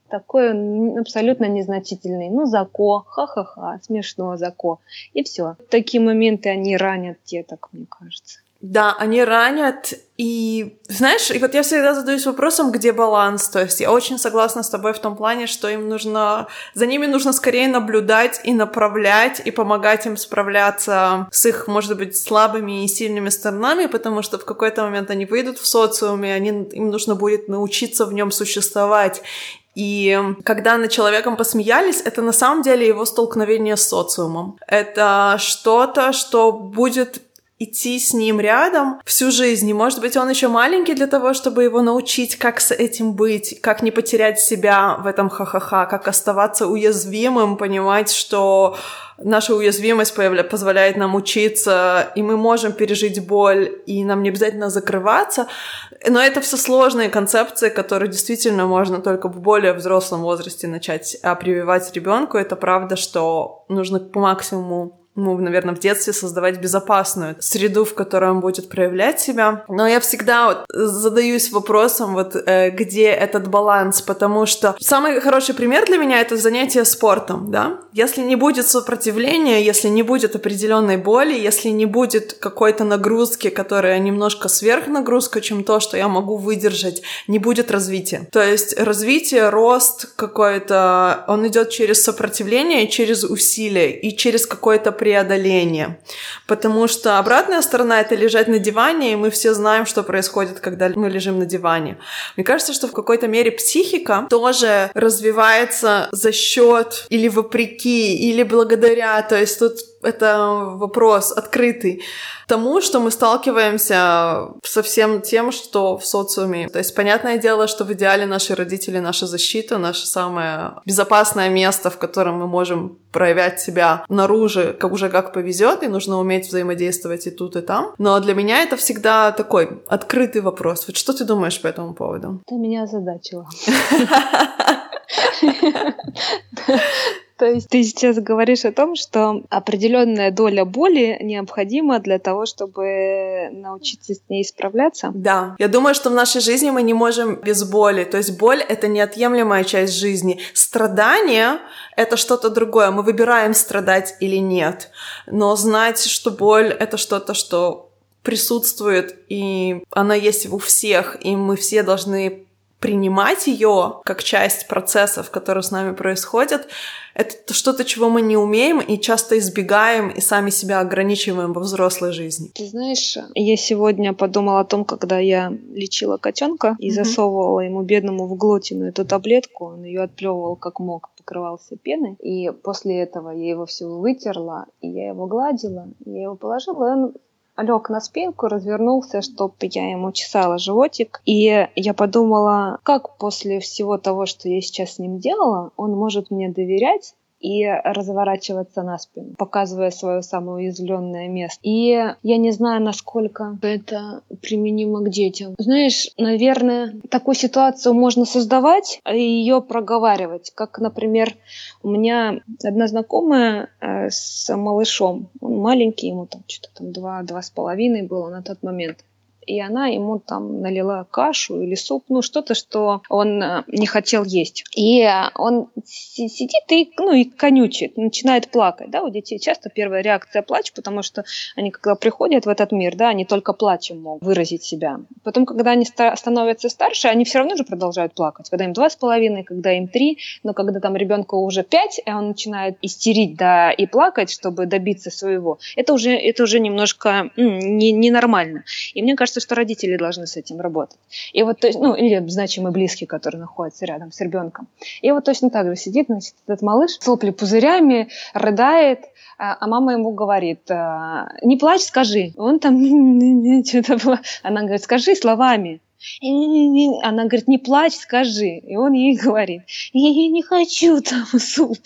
такой абсолютно незначительный. Ну, зако, ха-ха-ха, смешно, зако. И все. Такие моменты, они ранят деток, мне кажется. Да, они ранят, и, знаешь, и вот я всегда задаюсь вопросом, где баланс, то есть я очень согласна с тобой в том плане, что им нужно, за ними нужно скорее наблюдать и направлять, и помогать им справляться с их, может быть, слабыми и сильными сторонами, потому что в какой-то момент они выйдут в социум, и они, им нужно будет научиться в нем существовать. И когда над человеком посмеялись, это на самом деле его столкновение с социумом. Это что-то, что будет идти с ним рядом всю жизнь. И, может быть, он еще маленький для того, чтобы его научить, как с этим быть, как не потерять себя в этом ха-ха-ха, как оставаться уязвимым, понимать, что наша уязвимость позволяет нам учиться, и мы можем пережить боль, и нам не обязательно закрываться. Но это все сложные концепции, которые действительно можно только в более взрослом возрасте начать прививать ребенку. Это правда, что нужно по максимуму ну, наверное, в детстве создавать безопасную среду, в которой он будет проявлять себя. Но я всегда вот задаюсь вопросом, вот э, где этот баланс, потому что самый хороший пример для меня — это занятие спортом, да? Если не будет сопротивления, если не будет определенной боли, если не будет какой-то нагрузки, которая немножко сверхнагрузка, чем то, что я могу выдержать, не будет развития. То есть развитие, рост какой-то, он идет через сопротивление, через усилие и через какое-то преодоление. Потому что обратная сторона — это лежать на диване, и мы все знаем, что происходит, когда мы лежим на диване. Мне кажется, что в какой-то мере психика тоже развивается за счет или вопреки, или благодаря. То есть тут это вопрос открытый тому, что мы сталкиваемся со всем тем, что в социуме. То есть понятное дело, что в идеале наши родители — наша защита, наше самое безопасное место, в котором мы можем проявлять себя наружу, как уже как повезет, и нужно уметь взаимодействовать и тут, и там. Но для меня это всегда такой открытый вопрос. Вот что ты думаешь по этому поводу? Ты меня озадачила. То есть ты сейчас говоришь о том, что определенная доля боли необходима для того, чтобы научиться с ней справляться? Да. Я думаю, что в нашей жизни мы не можем без боли. То есть боль — это неотъемлемая часть жизни. Страдание — это что-то другое. Мы выбираем, страдать или нет. Но знать, что боль — это что-то, что присутствует, и она есть у всех, и мы все должны принимать ее как часть процессов, которые с нами происходят, это что-то, чего мы не умеем и часто избегаем, и сами себя ограничиваем во взрослой жизни. Ты знаешь, я сегодня подумала о том, когда я лечила котенка и mm-hmm. засовывала ему бедному в глотину эту таблетку, он ее отплевывал как мог, покрывался пеной, и после этого я его все вытерла, и я его гладила, я его положила, и он лег на спинку, развернулся, чтобы я ему чесала животик. И я подумала, как после всего того, что я сейчас с ним делала, он может мне доверять и разворачиваться на спину, показывая свое самое уязвленное место. И я не знаю, насколько это применимо к детям. Знаешь, наверное, такую ситуацию можно создавать и ее проговаривать. Как, например, у меня одна знакомая э, с малышом. Он маленький, ему там что-то там два, два с половиной было на тот момент. И она ему там налила кашу или суп, ну что-то, что он не хотел есть. И он сидит и, ну, и конючит, начинает плакать. Да? У детей часто первая реакция плач, потому что они, когда приходят в этот мир, да, они только плачем могут выразить себя. Потом, когда они ста- становятся старше, они все равно же продолжают плакать. Когда им два с половиной, когда им три, но когда там ребенку уже пять, и он начинает истерить, да, и плакать, чтобы добиться своего, это уже, это уже немножко м, не, ненормально. И мне кажется, что родители должны с этим работать. И вот, то есть, ну, или значимые близкие, которые находятся рядом с ребенком. И вот точно так же сидит, значит, этот малыш, сопли пузырями, рыдает, а мама ему говорит: не плачь, скажи. Он там что-то было. Она говорит: скажи словами. Она говорит: не плачь, скажи. И он ей говорит: я не хочу там суп.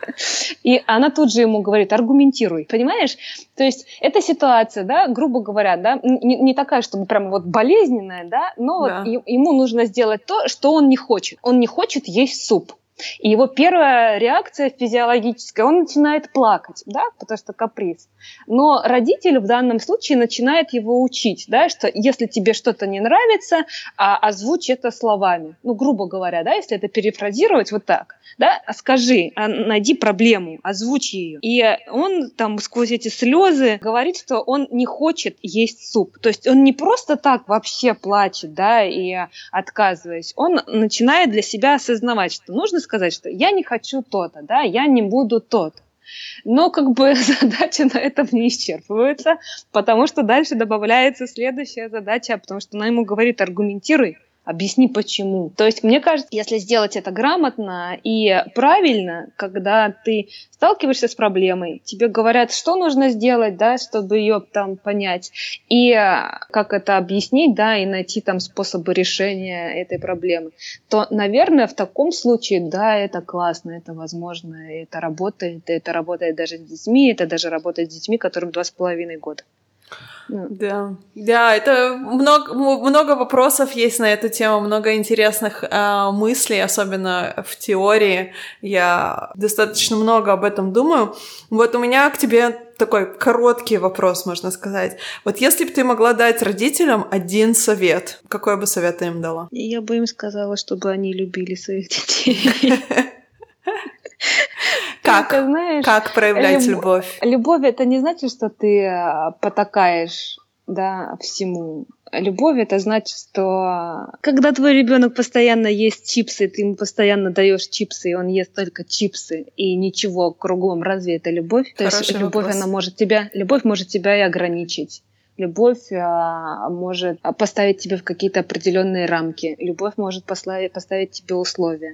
И она тут же ему говорит: аргументируй. Понимаешь? То есть эта ситуация, да, грубо говоря, да, не, не такая, чтобы прям вот болезненная, да, но да. Вот ему нужно сделать то, что он не хочет. Он не хочет есть суп. И его первая реакция физиологическая, он начинает плакать, да, потому что каприз. Но родитель в данном случае начинает его учить, да, что если тебе что-то не нравится, а, озвучь это словами. Ну, грубо говоря, да, если это перефразировать вот так, да, скажи, найди проблему, озвучь ее. И он там сквозь эти слезы говорит, что он не хочет есть суп. То есть он не просто так вообще плачет, да, и отказываясь. Он начинает для себя осознавать, что нужно сказать, что я не хочу то-то, да, я не буду то-то. Но как бы задача на этом не исчерпывается, потому что дальше добавляется следующая задача, потому что она ему говорит: аргументируй, объясни почему. То есть, мне кажется, если сделать это грамотно и правильно, когда ты сталкиваешься с проблемой, тебе говорят, что нужно сделать, да, чтобы ее там понять, и как это объяснить, да, и найти там способы решения этой проблемы, то, наверное, в таком случае, да, это классно, это возможно, это работает, это работает даже с детьми, это даже работает с детьми, которым два с половиной года. Да, да, это много, много вопросов есть на эту тему, много интересных э, мыслей, особенно в теории. Я достаточно много об этом думаю. Вот у меня к тебе такой короткий вопрос, можно сказать. Вот если бы ты могла дать родителям один совет, какой бы совет ты им дала? Я бы им сказала, чтобы они любили своих детей. Как? Это, знаешь, как проявлять люб... любовь? Любовь — это не значит, что ты потакаешь, да, всему. Любовь — это значит, что когда твой ребенок постоянно ест чипсы, ты ему постоянно даешь чипсы, и он ест только чипсы, и ничего кругом, разве это любовь? Хороший То есть любовь, вопрос. она может тебя, любовь может тебя и ограничить. Любовь а, может поставить тебя в какие-то определенные рамки. Любовь может послать, поставить тебе условия.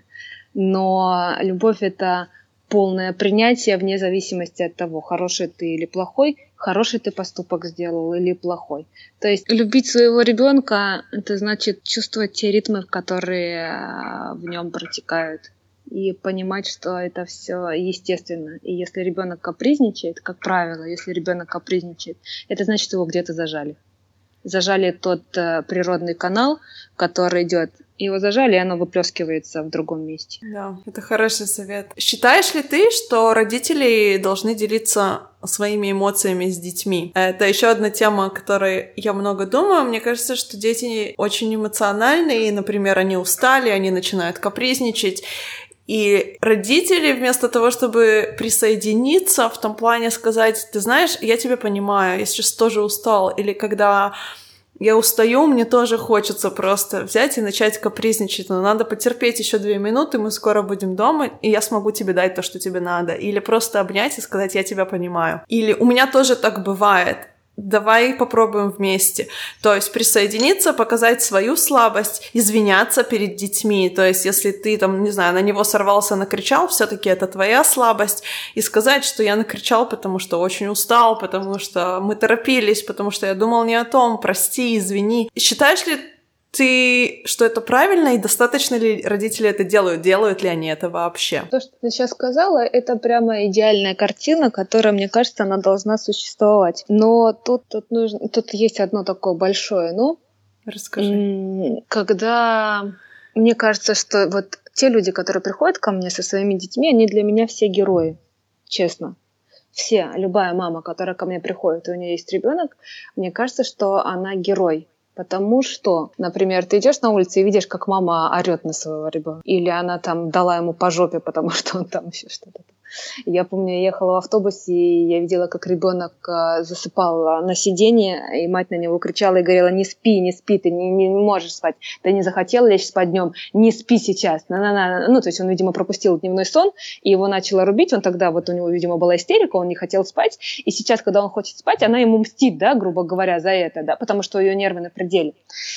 Но любовь — это полное принятие вне зависимости от того, хороший ты или плохой, хороший ты поступок сделал или плохой. То есть любить своего ребенка — это значит чувствовать те ритмы, которые в нем протекают, и понимать, что это все естественно. И если ребенок капризничает, как правило, если ребенок капризничает, это значит, его где-то зажали. Зажали тот э, природный канал, который идет. Его зажали, и оно выплескивается в другом месте. Да, это хороший совет. Считаешь ли ты, что родители должны делиться своими эмоциями с детьми? Это еще одна тема, о которой я много думаю. Мне кажется, что дети очень эмоциональные. Например, они устали, они начинают капризничать. И родители, вместо того, чтобы присоединиться, в том плане сказать: ты знаешь, я тебя понимаю, я сейчас тоже устал. Или когда я устаю, мне тоже хочется просто взять и начать капризничать, но надо потерпеть еще две минуты, мы скоро будем дома, и я смогу тебе дать то, что тебе надо. Или просто обнять и сказать: я тебя понимаю. Или у меня тоже так бывает. Давай попробуем вместе. То есть присоединиться, показать свою слабость, извиняться перед детьми. То есть если ты там, не знаю, на него сорвался, накричал, все-таки это твоя слабость. И сказать, что я накричал, потому что очень устал, потому что мы торопились, потому что я думал не о том, прости, извини. Считаешь ли ты, что это правильно, и достаточно ли родители это делают? Делают ли они это вообще? То, что ты сейчас сказала, это прямо идеальная картина, которая, мне кажется, она должна существовать. Но тут, тут, нужно, тут есть одно такое большое «но». Расскажи. Когда мне кажется, что вот те люди, которые приходят ко мне со своими детьми, они для меня все герои, честно. Все, любая мама, которая ко мне приходит, и у нее есть ребенок, мне кажется, что она герой. Потому что, например, ты идешь на улице и видишь, как мама орет на своего ребенка, или она там дала ему по жопе, потому что он там еще что-то. Я помню, я ехала в автобусе, и я видела, как ребенок засыпал на сиденье, и мать на него кричала и говорила: не спи, не спи, ты не, не можешь спать. Ты не захотела лечь спать днем, не спи сейчас. На-на-на. Ну, то есть он, видимо, пропустил дневной сон, и его начало рубить. Он тогда, вот у него, видимо, была истерика, он не хотел спать. И сейчас, когда он хочет спать, она ему мстит, да, грубо говоря, за это, да, потому что ее нервы на пределе.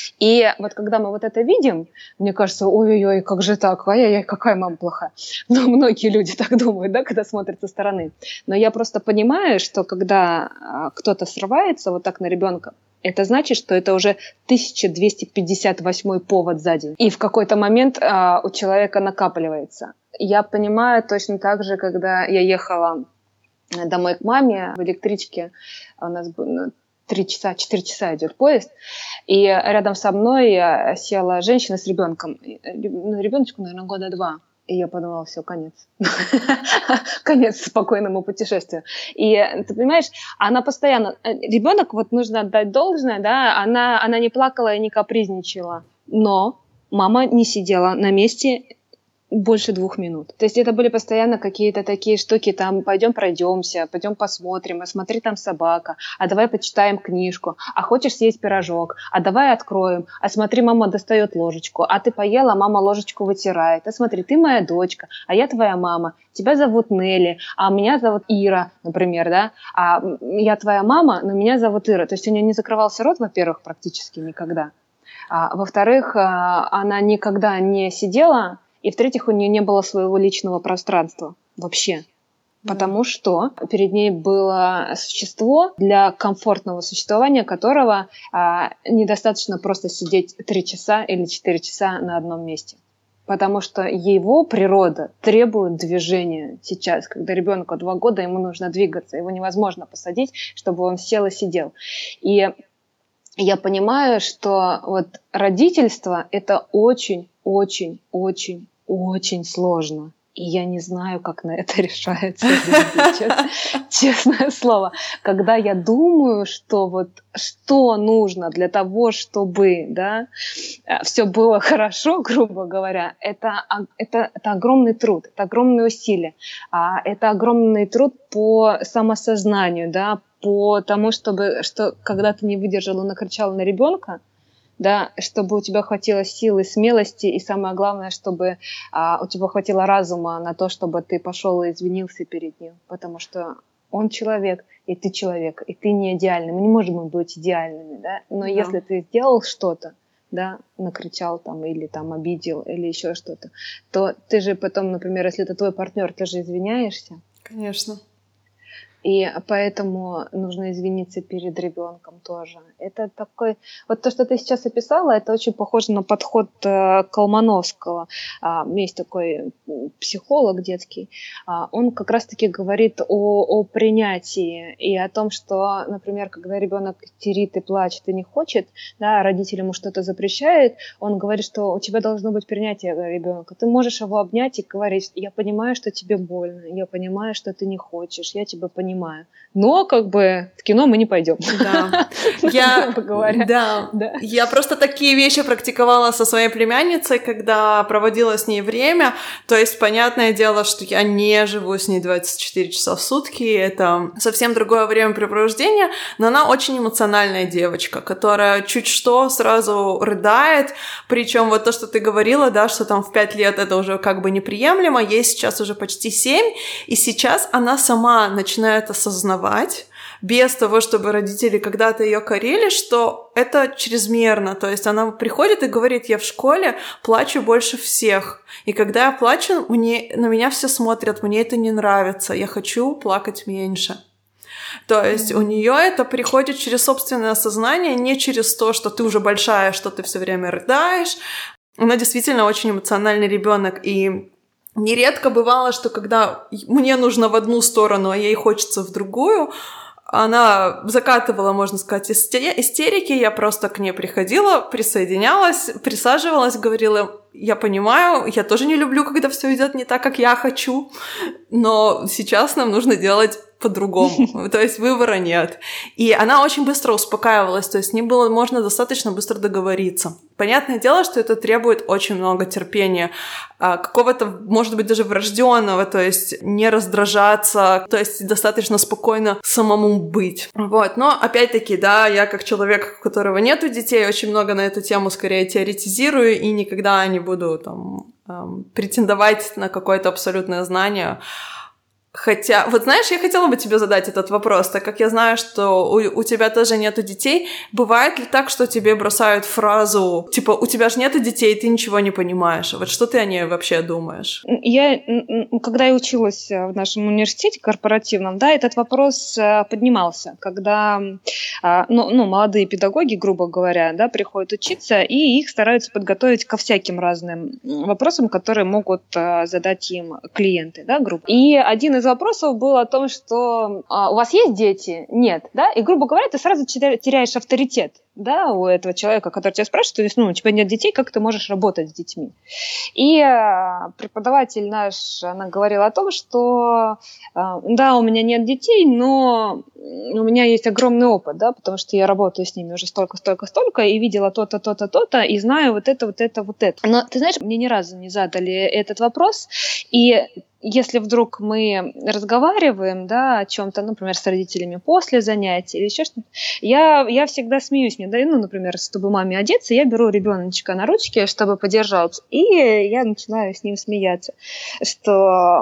И вот когда мы вот это видим, мне кажется: ой-ой-ой, как же так, ай-яй-яй, какая мама плохая. Но многие люди так думают, да, когда смотрят со стороны. Но я просто понимаю, что когда а, кто-то срывается вот так на ребенка, это значит, что это уже тысяча двести пятьдесят восьмой повод за день. И в какой-то момент а, у человека накапливается. Я понимаю точно так же, когда я ехала домой к маме в электричке, у нас было три часа, четыре часа идет поезд, и рядом со мной села женщина с ребенком, ну, ребеночку, наверное, года два. И я подумала, все, конец. Конец спокойному путешествию. И ты понимаешь, она постоянно... Ребенок, вот нужно отдать должное, да, она, она не плакала и не капризничала. Но мама не сидела на месте больше двух минут. То есть это были постоянно какие-то такие штуки, там, пойдем пройдемся, пойдем посмотрим, а смотри, там собака, а давай почитаем книжку, а хочешь съесть пирожок, а давай откроем, а смотри, мама достает ложечку, а ты поела, мама ложечку вытирает, а смотри, ты моя дочка, а я твоя мама, тебя зовут Нелли, а меня зовут Ира, например, да, а я твоя мама, но меня зовут Ира. То есть у нее не закрывался рот, во-первых, практически никогда, а, во-вторых, а, она никогда не сидела. И, в-третьих, у нее не было своего личного пространства вообще. Да. Потому что перед ней было существо, для комфортного существования которого а, недостаточно просто сидеть три часа или четыре часа на одном месте. Потому что его природа требует движения сейчас. Когда ребенку два года, ему нужно двигаться. Его невозможно посадить, чтобы он сел и сидел. И я понимаю, что вот родительство — это очень, очень, очень, очень сложно. И я не знаю, как на это решается. Честное слово. Когда я думаю, что вот что нужно для того, чтобы, да, все было хорошо, грубо говоря, это, это, это огромный труд, это огромные усилия, это огромный труд по самосознанию, да, по тому, чтобы, что когда ты не выдержала, накричала на ребенка, да, чтобы у тебя хватило силы, смелости, и самое главное, чтобы а, у тебя хватило разума на то, чтобы ты пошел и извинился перед ним, потому что он человек, и ты человек, и ты не идеальный. Мы не можем быть идеальными, да, но да. Если ты сделал что-то, да, накричал там или там обидел или еще что-то, то ты же потом, например, если это твой партнер, ты же извиняешься. Конечно. И поэтому нужно извиниться перед ребенком тоже. Это такой... Вот то, что ты сейчас описала, это очень похоже на подход Колмановского. Есть такой психолог детский. Он как раз-таки говорит о, о принятии и о том, что, например, когда ребенок истерит и плачет и не хочет, да, родитель ему что-то запрещает, он говорит, что у тебя должно быть принятие ребенка. Ты можешь его обнять и говорить: я понимаю, что тебе больно, я понимаю, что ты не хочешь, я тебя понимаю. Но как бы в кино мы не пойдем. Да. Я, да. Да. Я просто такие вещи практиковала со своей племянницей, когда проводила с ней время. То есть, понятное дело, что я не живу с ней двадцать четыре часа в сутки. Это совсем другое времяпрепровождение. Но она очень эмоциональная девочка, которая чуть что сразу рыдает. Причем вот то, что ты говорила, да, что там в пять лет это уже как бы неприемлемо. Ей сейчас уже почти семь. И сейчас она сама начинает осознавать, без того, чтобы родители когда-то ее корили, что это чрезмерно. То есть она приходит и говорит: я в школе плачу больше всех. И когда я плачу, мне, на меня все смотрят, мне это не нравится, я хочу плакать меньше. То есть mm-hmm. у нее это приходит через собственное осознание, не через то, что ты уже большая, что ты все время рыдаешь. Она действительно очень эмоциональный ребенок, и нередко бывало, что когда мне нужно в одну сторону, а ей хочется в другую, она закатывала, можно сказать, истерики, я просто к ней приходила, присоединялась, присаживалась, говорила: я понимаю, я тоже не люблю, когда все идет не так, как я хочу, но сейчас нам нужно делать по-другому, то есть выбора нет. И она очень быстро успокаивалась, то есть с ней было можно достаточно быстро договориться. Понятное дело, что это требует очень много терпения, какого-то, может быть, даже врожденного, то есть не раздражаться, то есть достаточно спокойно самому быть. Вот, но опять-таки, да, я как человек, у которого нету детей, очень много на эту тему скорее теоретизирую и никогда не буду там эм, претендовать на какое-то абсолютное знание. Хотя, вот знаешь, я хотела бы тебе задать этот вопрос, так как я знаю, что у, у тебя тоже нету детей. Бывает ли так, что тебе бросают фразу, типа: у тебя же нету детей, ты ничего не понимаешь? Вот что ты о ней вообще думаешь? Я, когда я училась в нашем университете корпоративном, да, этот вопрос поднимался, когда ну, ну, молодые педагоги, грубо говоря, да, приходят учиться, и их стараются подготовить ко всяким разным вопросам, которые могут задать им клиенты, да, грубо. И один из вопросов был о том, что а, у вас есть дети? Нет, да? И, грубо говоря, ты сразу теряешь авторитет, да, у этого человека, который тебя спрашивает, то есть, ну, у тебя нет детей, как ты можешь работать с детьми? И а, преподаватель наш, она говорила о том, что а, да, у меня нет детей, но у меня есть огромный опыт, да, потому что я работаю с ними уже столько, столько, столько, и видела то-то, то-то, то-то, и знаю вот это, вот это, вот это. Но, ты знаешь, мне ни разу не задали этот вопрос, и если вдруг мы разговариваем, да, о чем-то, например, с родителями после занятий или еще что-то, я, я всегда смеюсь, мне даю, ну, например, чтобы маме одеться, я беру ребеночка на ручки, чтобы подержать, и я начинаю с ним смеяться, что,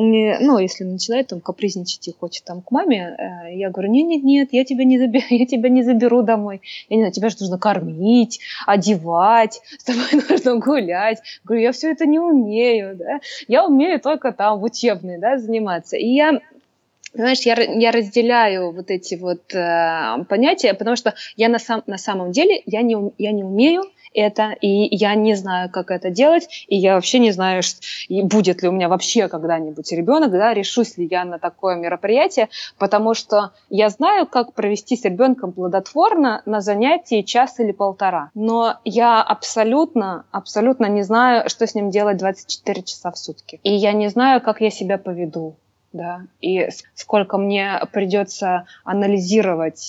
ну, если начинает там капризничать и хочет там к маме, я говорю, нет-нет-нет, я тебя не заберу, я тебя не заберу домой, я не знаю, тебя же нужно кормить, одевать, с тобой нужно гулять, говорю, я все это не умею, да, я умею только там в учебной, да, заниматься. И я, знаешь, я, я разделяю вот эти вот э, понятия, потому что я на, сам, на самом деле, я не, я не умею это, и я не знаю, как это делать, и я вообще не знаю, что, будет ли у меня вообще когда-нибудь ребенок, да, решусь ли я на такое мероприятие, потому что я знаю, как провести с ребенком плодотворно на занятии час или полтора, но я абсолютно, абсолютно не знаю, что с ним делать двадцать четыре часа в сутки, и я не знаю, как я себя поведу. Да, и сколько мне придется анализировать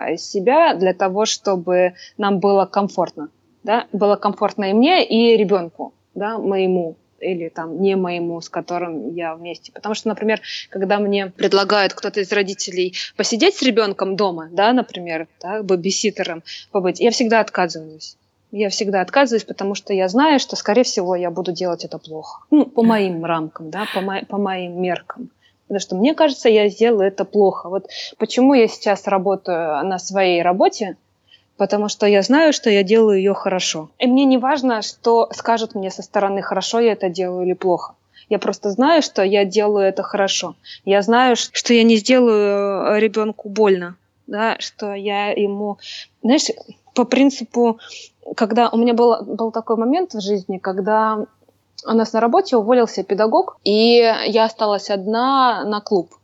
себя для того, чтобы нам было комфортно. Да, было комфортно и мне, и ребенку, да, моему, или там не моему, с которым я вместе. Потому что, например, когда мне предлагают кто-то из родителей посидеть с ребенком дома, да, например, да, бэбиситером побыть, я всегда отказываюсь. Я всегда отказываюсь, потому что я знаю, что, скорее всего, я буду делать это плохо. Ну, по моим рамкам, да, по, мо- по моим меркам. Потому что мне кажется, я сделаю это плохо. Вот почему я сейчас работаю на своей работе, потому что я знаю, что я делаю ее хорошо. И мне не важно, что скажут мне со стороны, хорошо я это делаю или плохо. Я просто знаю, что я делаю это хорошо. Я знаю, что я не сделаю ребенку больно, да, что я ему... Знаешь, по принципу, когда у меня был, был такой момент в жизни, когда у нас на работе уволился педагог, и я осталась одна на клуб.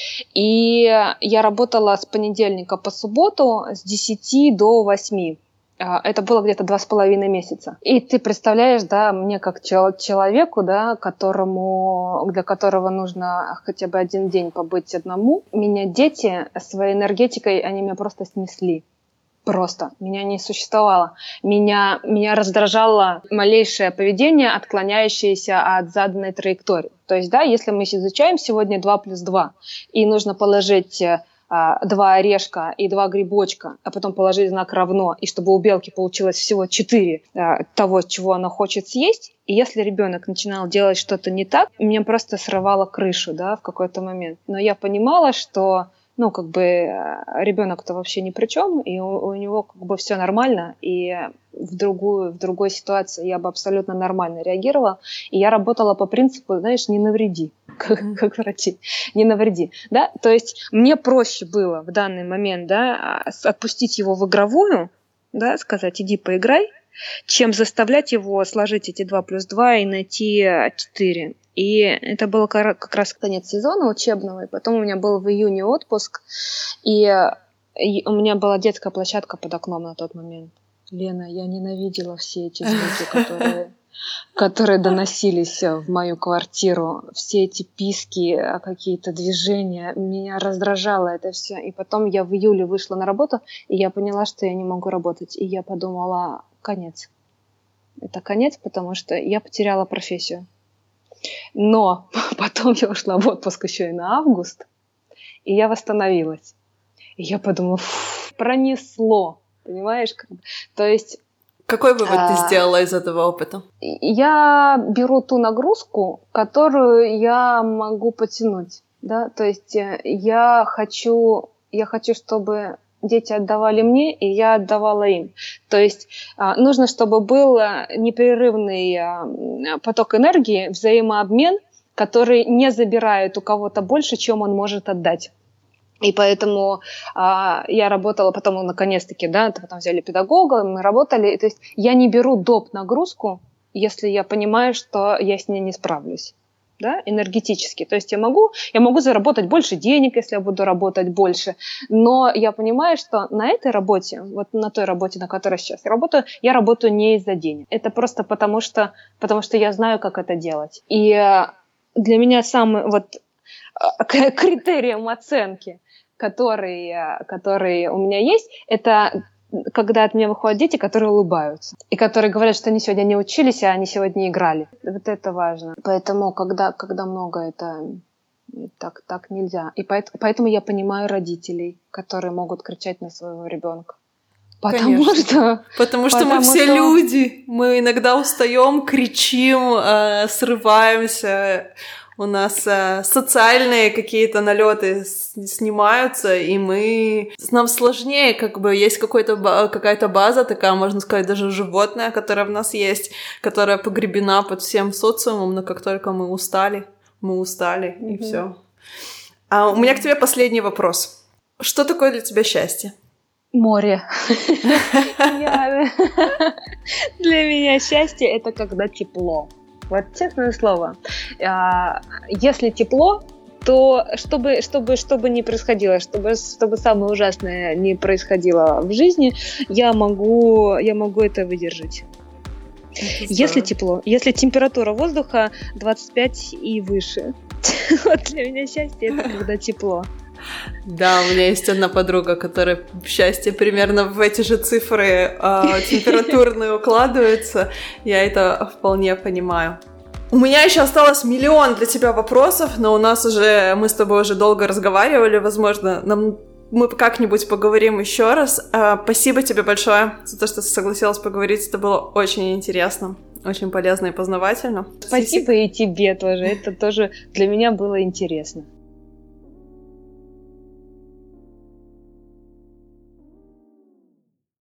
И я работала с понедельника по субботу с десяти до восьми. Это было где-то два с половиной месяца. И ты представляешь, да, мне как человеку, да, которому, для которого нужно хотя бы один день побыть одному, меня дети своей энергетикой, они меня просто снесли. Просто. Меня не существовало. Меня, меня раздражало малейшее поведение, отклоняющееся от заданной траектории. То есть, да, если мы изучаем сегодня два плюс два, и нужно положить а, два орешка и два грибочка, а потом положить знак равно, и чтобы у белки получилось всего четыре а, того, чего она хочет съесть, и если ребенок начинал делать что-то не так, мне просто срывало крышу, да, в какой-то момент. Но я понимала, что ну, как бы ребенок-то вообще ни при чем, и у, у него как бы все нормально, и в другую, в другой ситуации я бы абсолютно нормально реагировала, и я работала по принципу, знаешь, не навреди, как, как врачи, не навреди, да, то есть мне проще было в данный момент, да, отпустить его в игровую, да, сказать, иди поиграй, чем заставлять его сложить эти два плюс два и найти четыре. И это было как раз конец сезона учебного, и потом у меня был в июне отпуск, и, и у меня была детская площадка под окном на тот момент. Лена, я ненавидела все эти звуки, которые, которые доносились в мою квартиру, все эти писки, какие-то движения, меня раздражало это все. И потом я в июле вышла на работу, и я поняла, что я не могу работать, и я подумала, конец. Это конец, потому что я потеряла профессию. Но потом я ушла в отпуск еще и на август, и я восстановилась. И я подумала, пронесло, понимаешь? То есть... Какой вывод а, ты сделала из этого опыта? Я беру ту нагрузку, которую я могу потянуть, да, то есть я хочу, я хочу, чтобы дети отдавали мне, и я отдавала им. То есть нужно, чтобы был непрерывный поток энергии, взаимообмен, который не забирает у кого-то больше, чем он может отдать. И поэтому а, я работала потом, ну, наконец-таки, да, потом взяли педагога, мы работали. То есть я не беру доп. Нагрузку, если я понимаю, что я с ней не справлюсь. да, энергетически. То есть я могу, я могу заработать больше денег, если я буду работать больше, но я понимаю, что на этой работе, вот на той работе, на которой сейчас я работаю, я работаю не из-за денег. Это просто потому что, потому что я знаю, как это делать. И для меня самым вот критерием оценки, который, который у меня есть, это когда от меня выходят дети, которые улыбаются. И которые говорят, что они сегодня не учились, а они сегодня играли. Вот это важно. Поэтому, когда, когда много, это так, так нельзя. И поэтому, поэтому я понимаю родителей, которые могут кричать на своего ребенка. Потому Конечно. что... Потому что потому мы все что... люди. Мы иногда устаем, кричим, э, срываемся. У нас э, социальные какие-то налеты с- снимаются, и мы... Нам сложнее, как бы, есть какой-то, какая-то база такая, можно сказать, даже животная, которая в нас есть, которая погребена под всем социумом, но как только мы устали, мы устали, mm-hmm. и все. А у меня к тебе последний вопрос. Что такое для тебя счастье? Море. Для меня счастье — это когда тепло. Вот честное слово. Если тепло, то чтобы, чтобы, чтобы не происходило, чтобы, чтобы самое ужасное не происходило в жизни, я могу, я могу это выдержать. Если тепло, если температура воздуха двадцать пять и выше, вот для меня счастье — это когда тепло. Да, у меня есть одна подруга, которая в счастье примерно в эти же цифры э, температурные укладывается. Я это вполне понимаю. У меня еще осталось миллион для тебя вопросов, но у нас уже, мы с тобой уже долго разговаривали, возможно, нам, мы как-нибудь поговорим еще раз. Э, спасибо тебе большое за то, что ты согласилась поговорить, это было очень интересно. Очень полезно и познавательно. Спасибо и тебе тоже, это тоже для меня было интересно.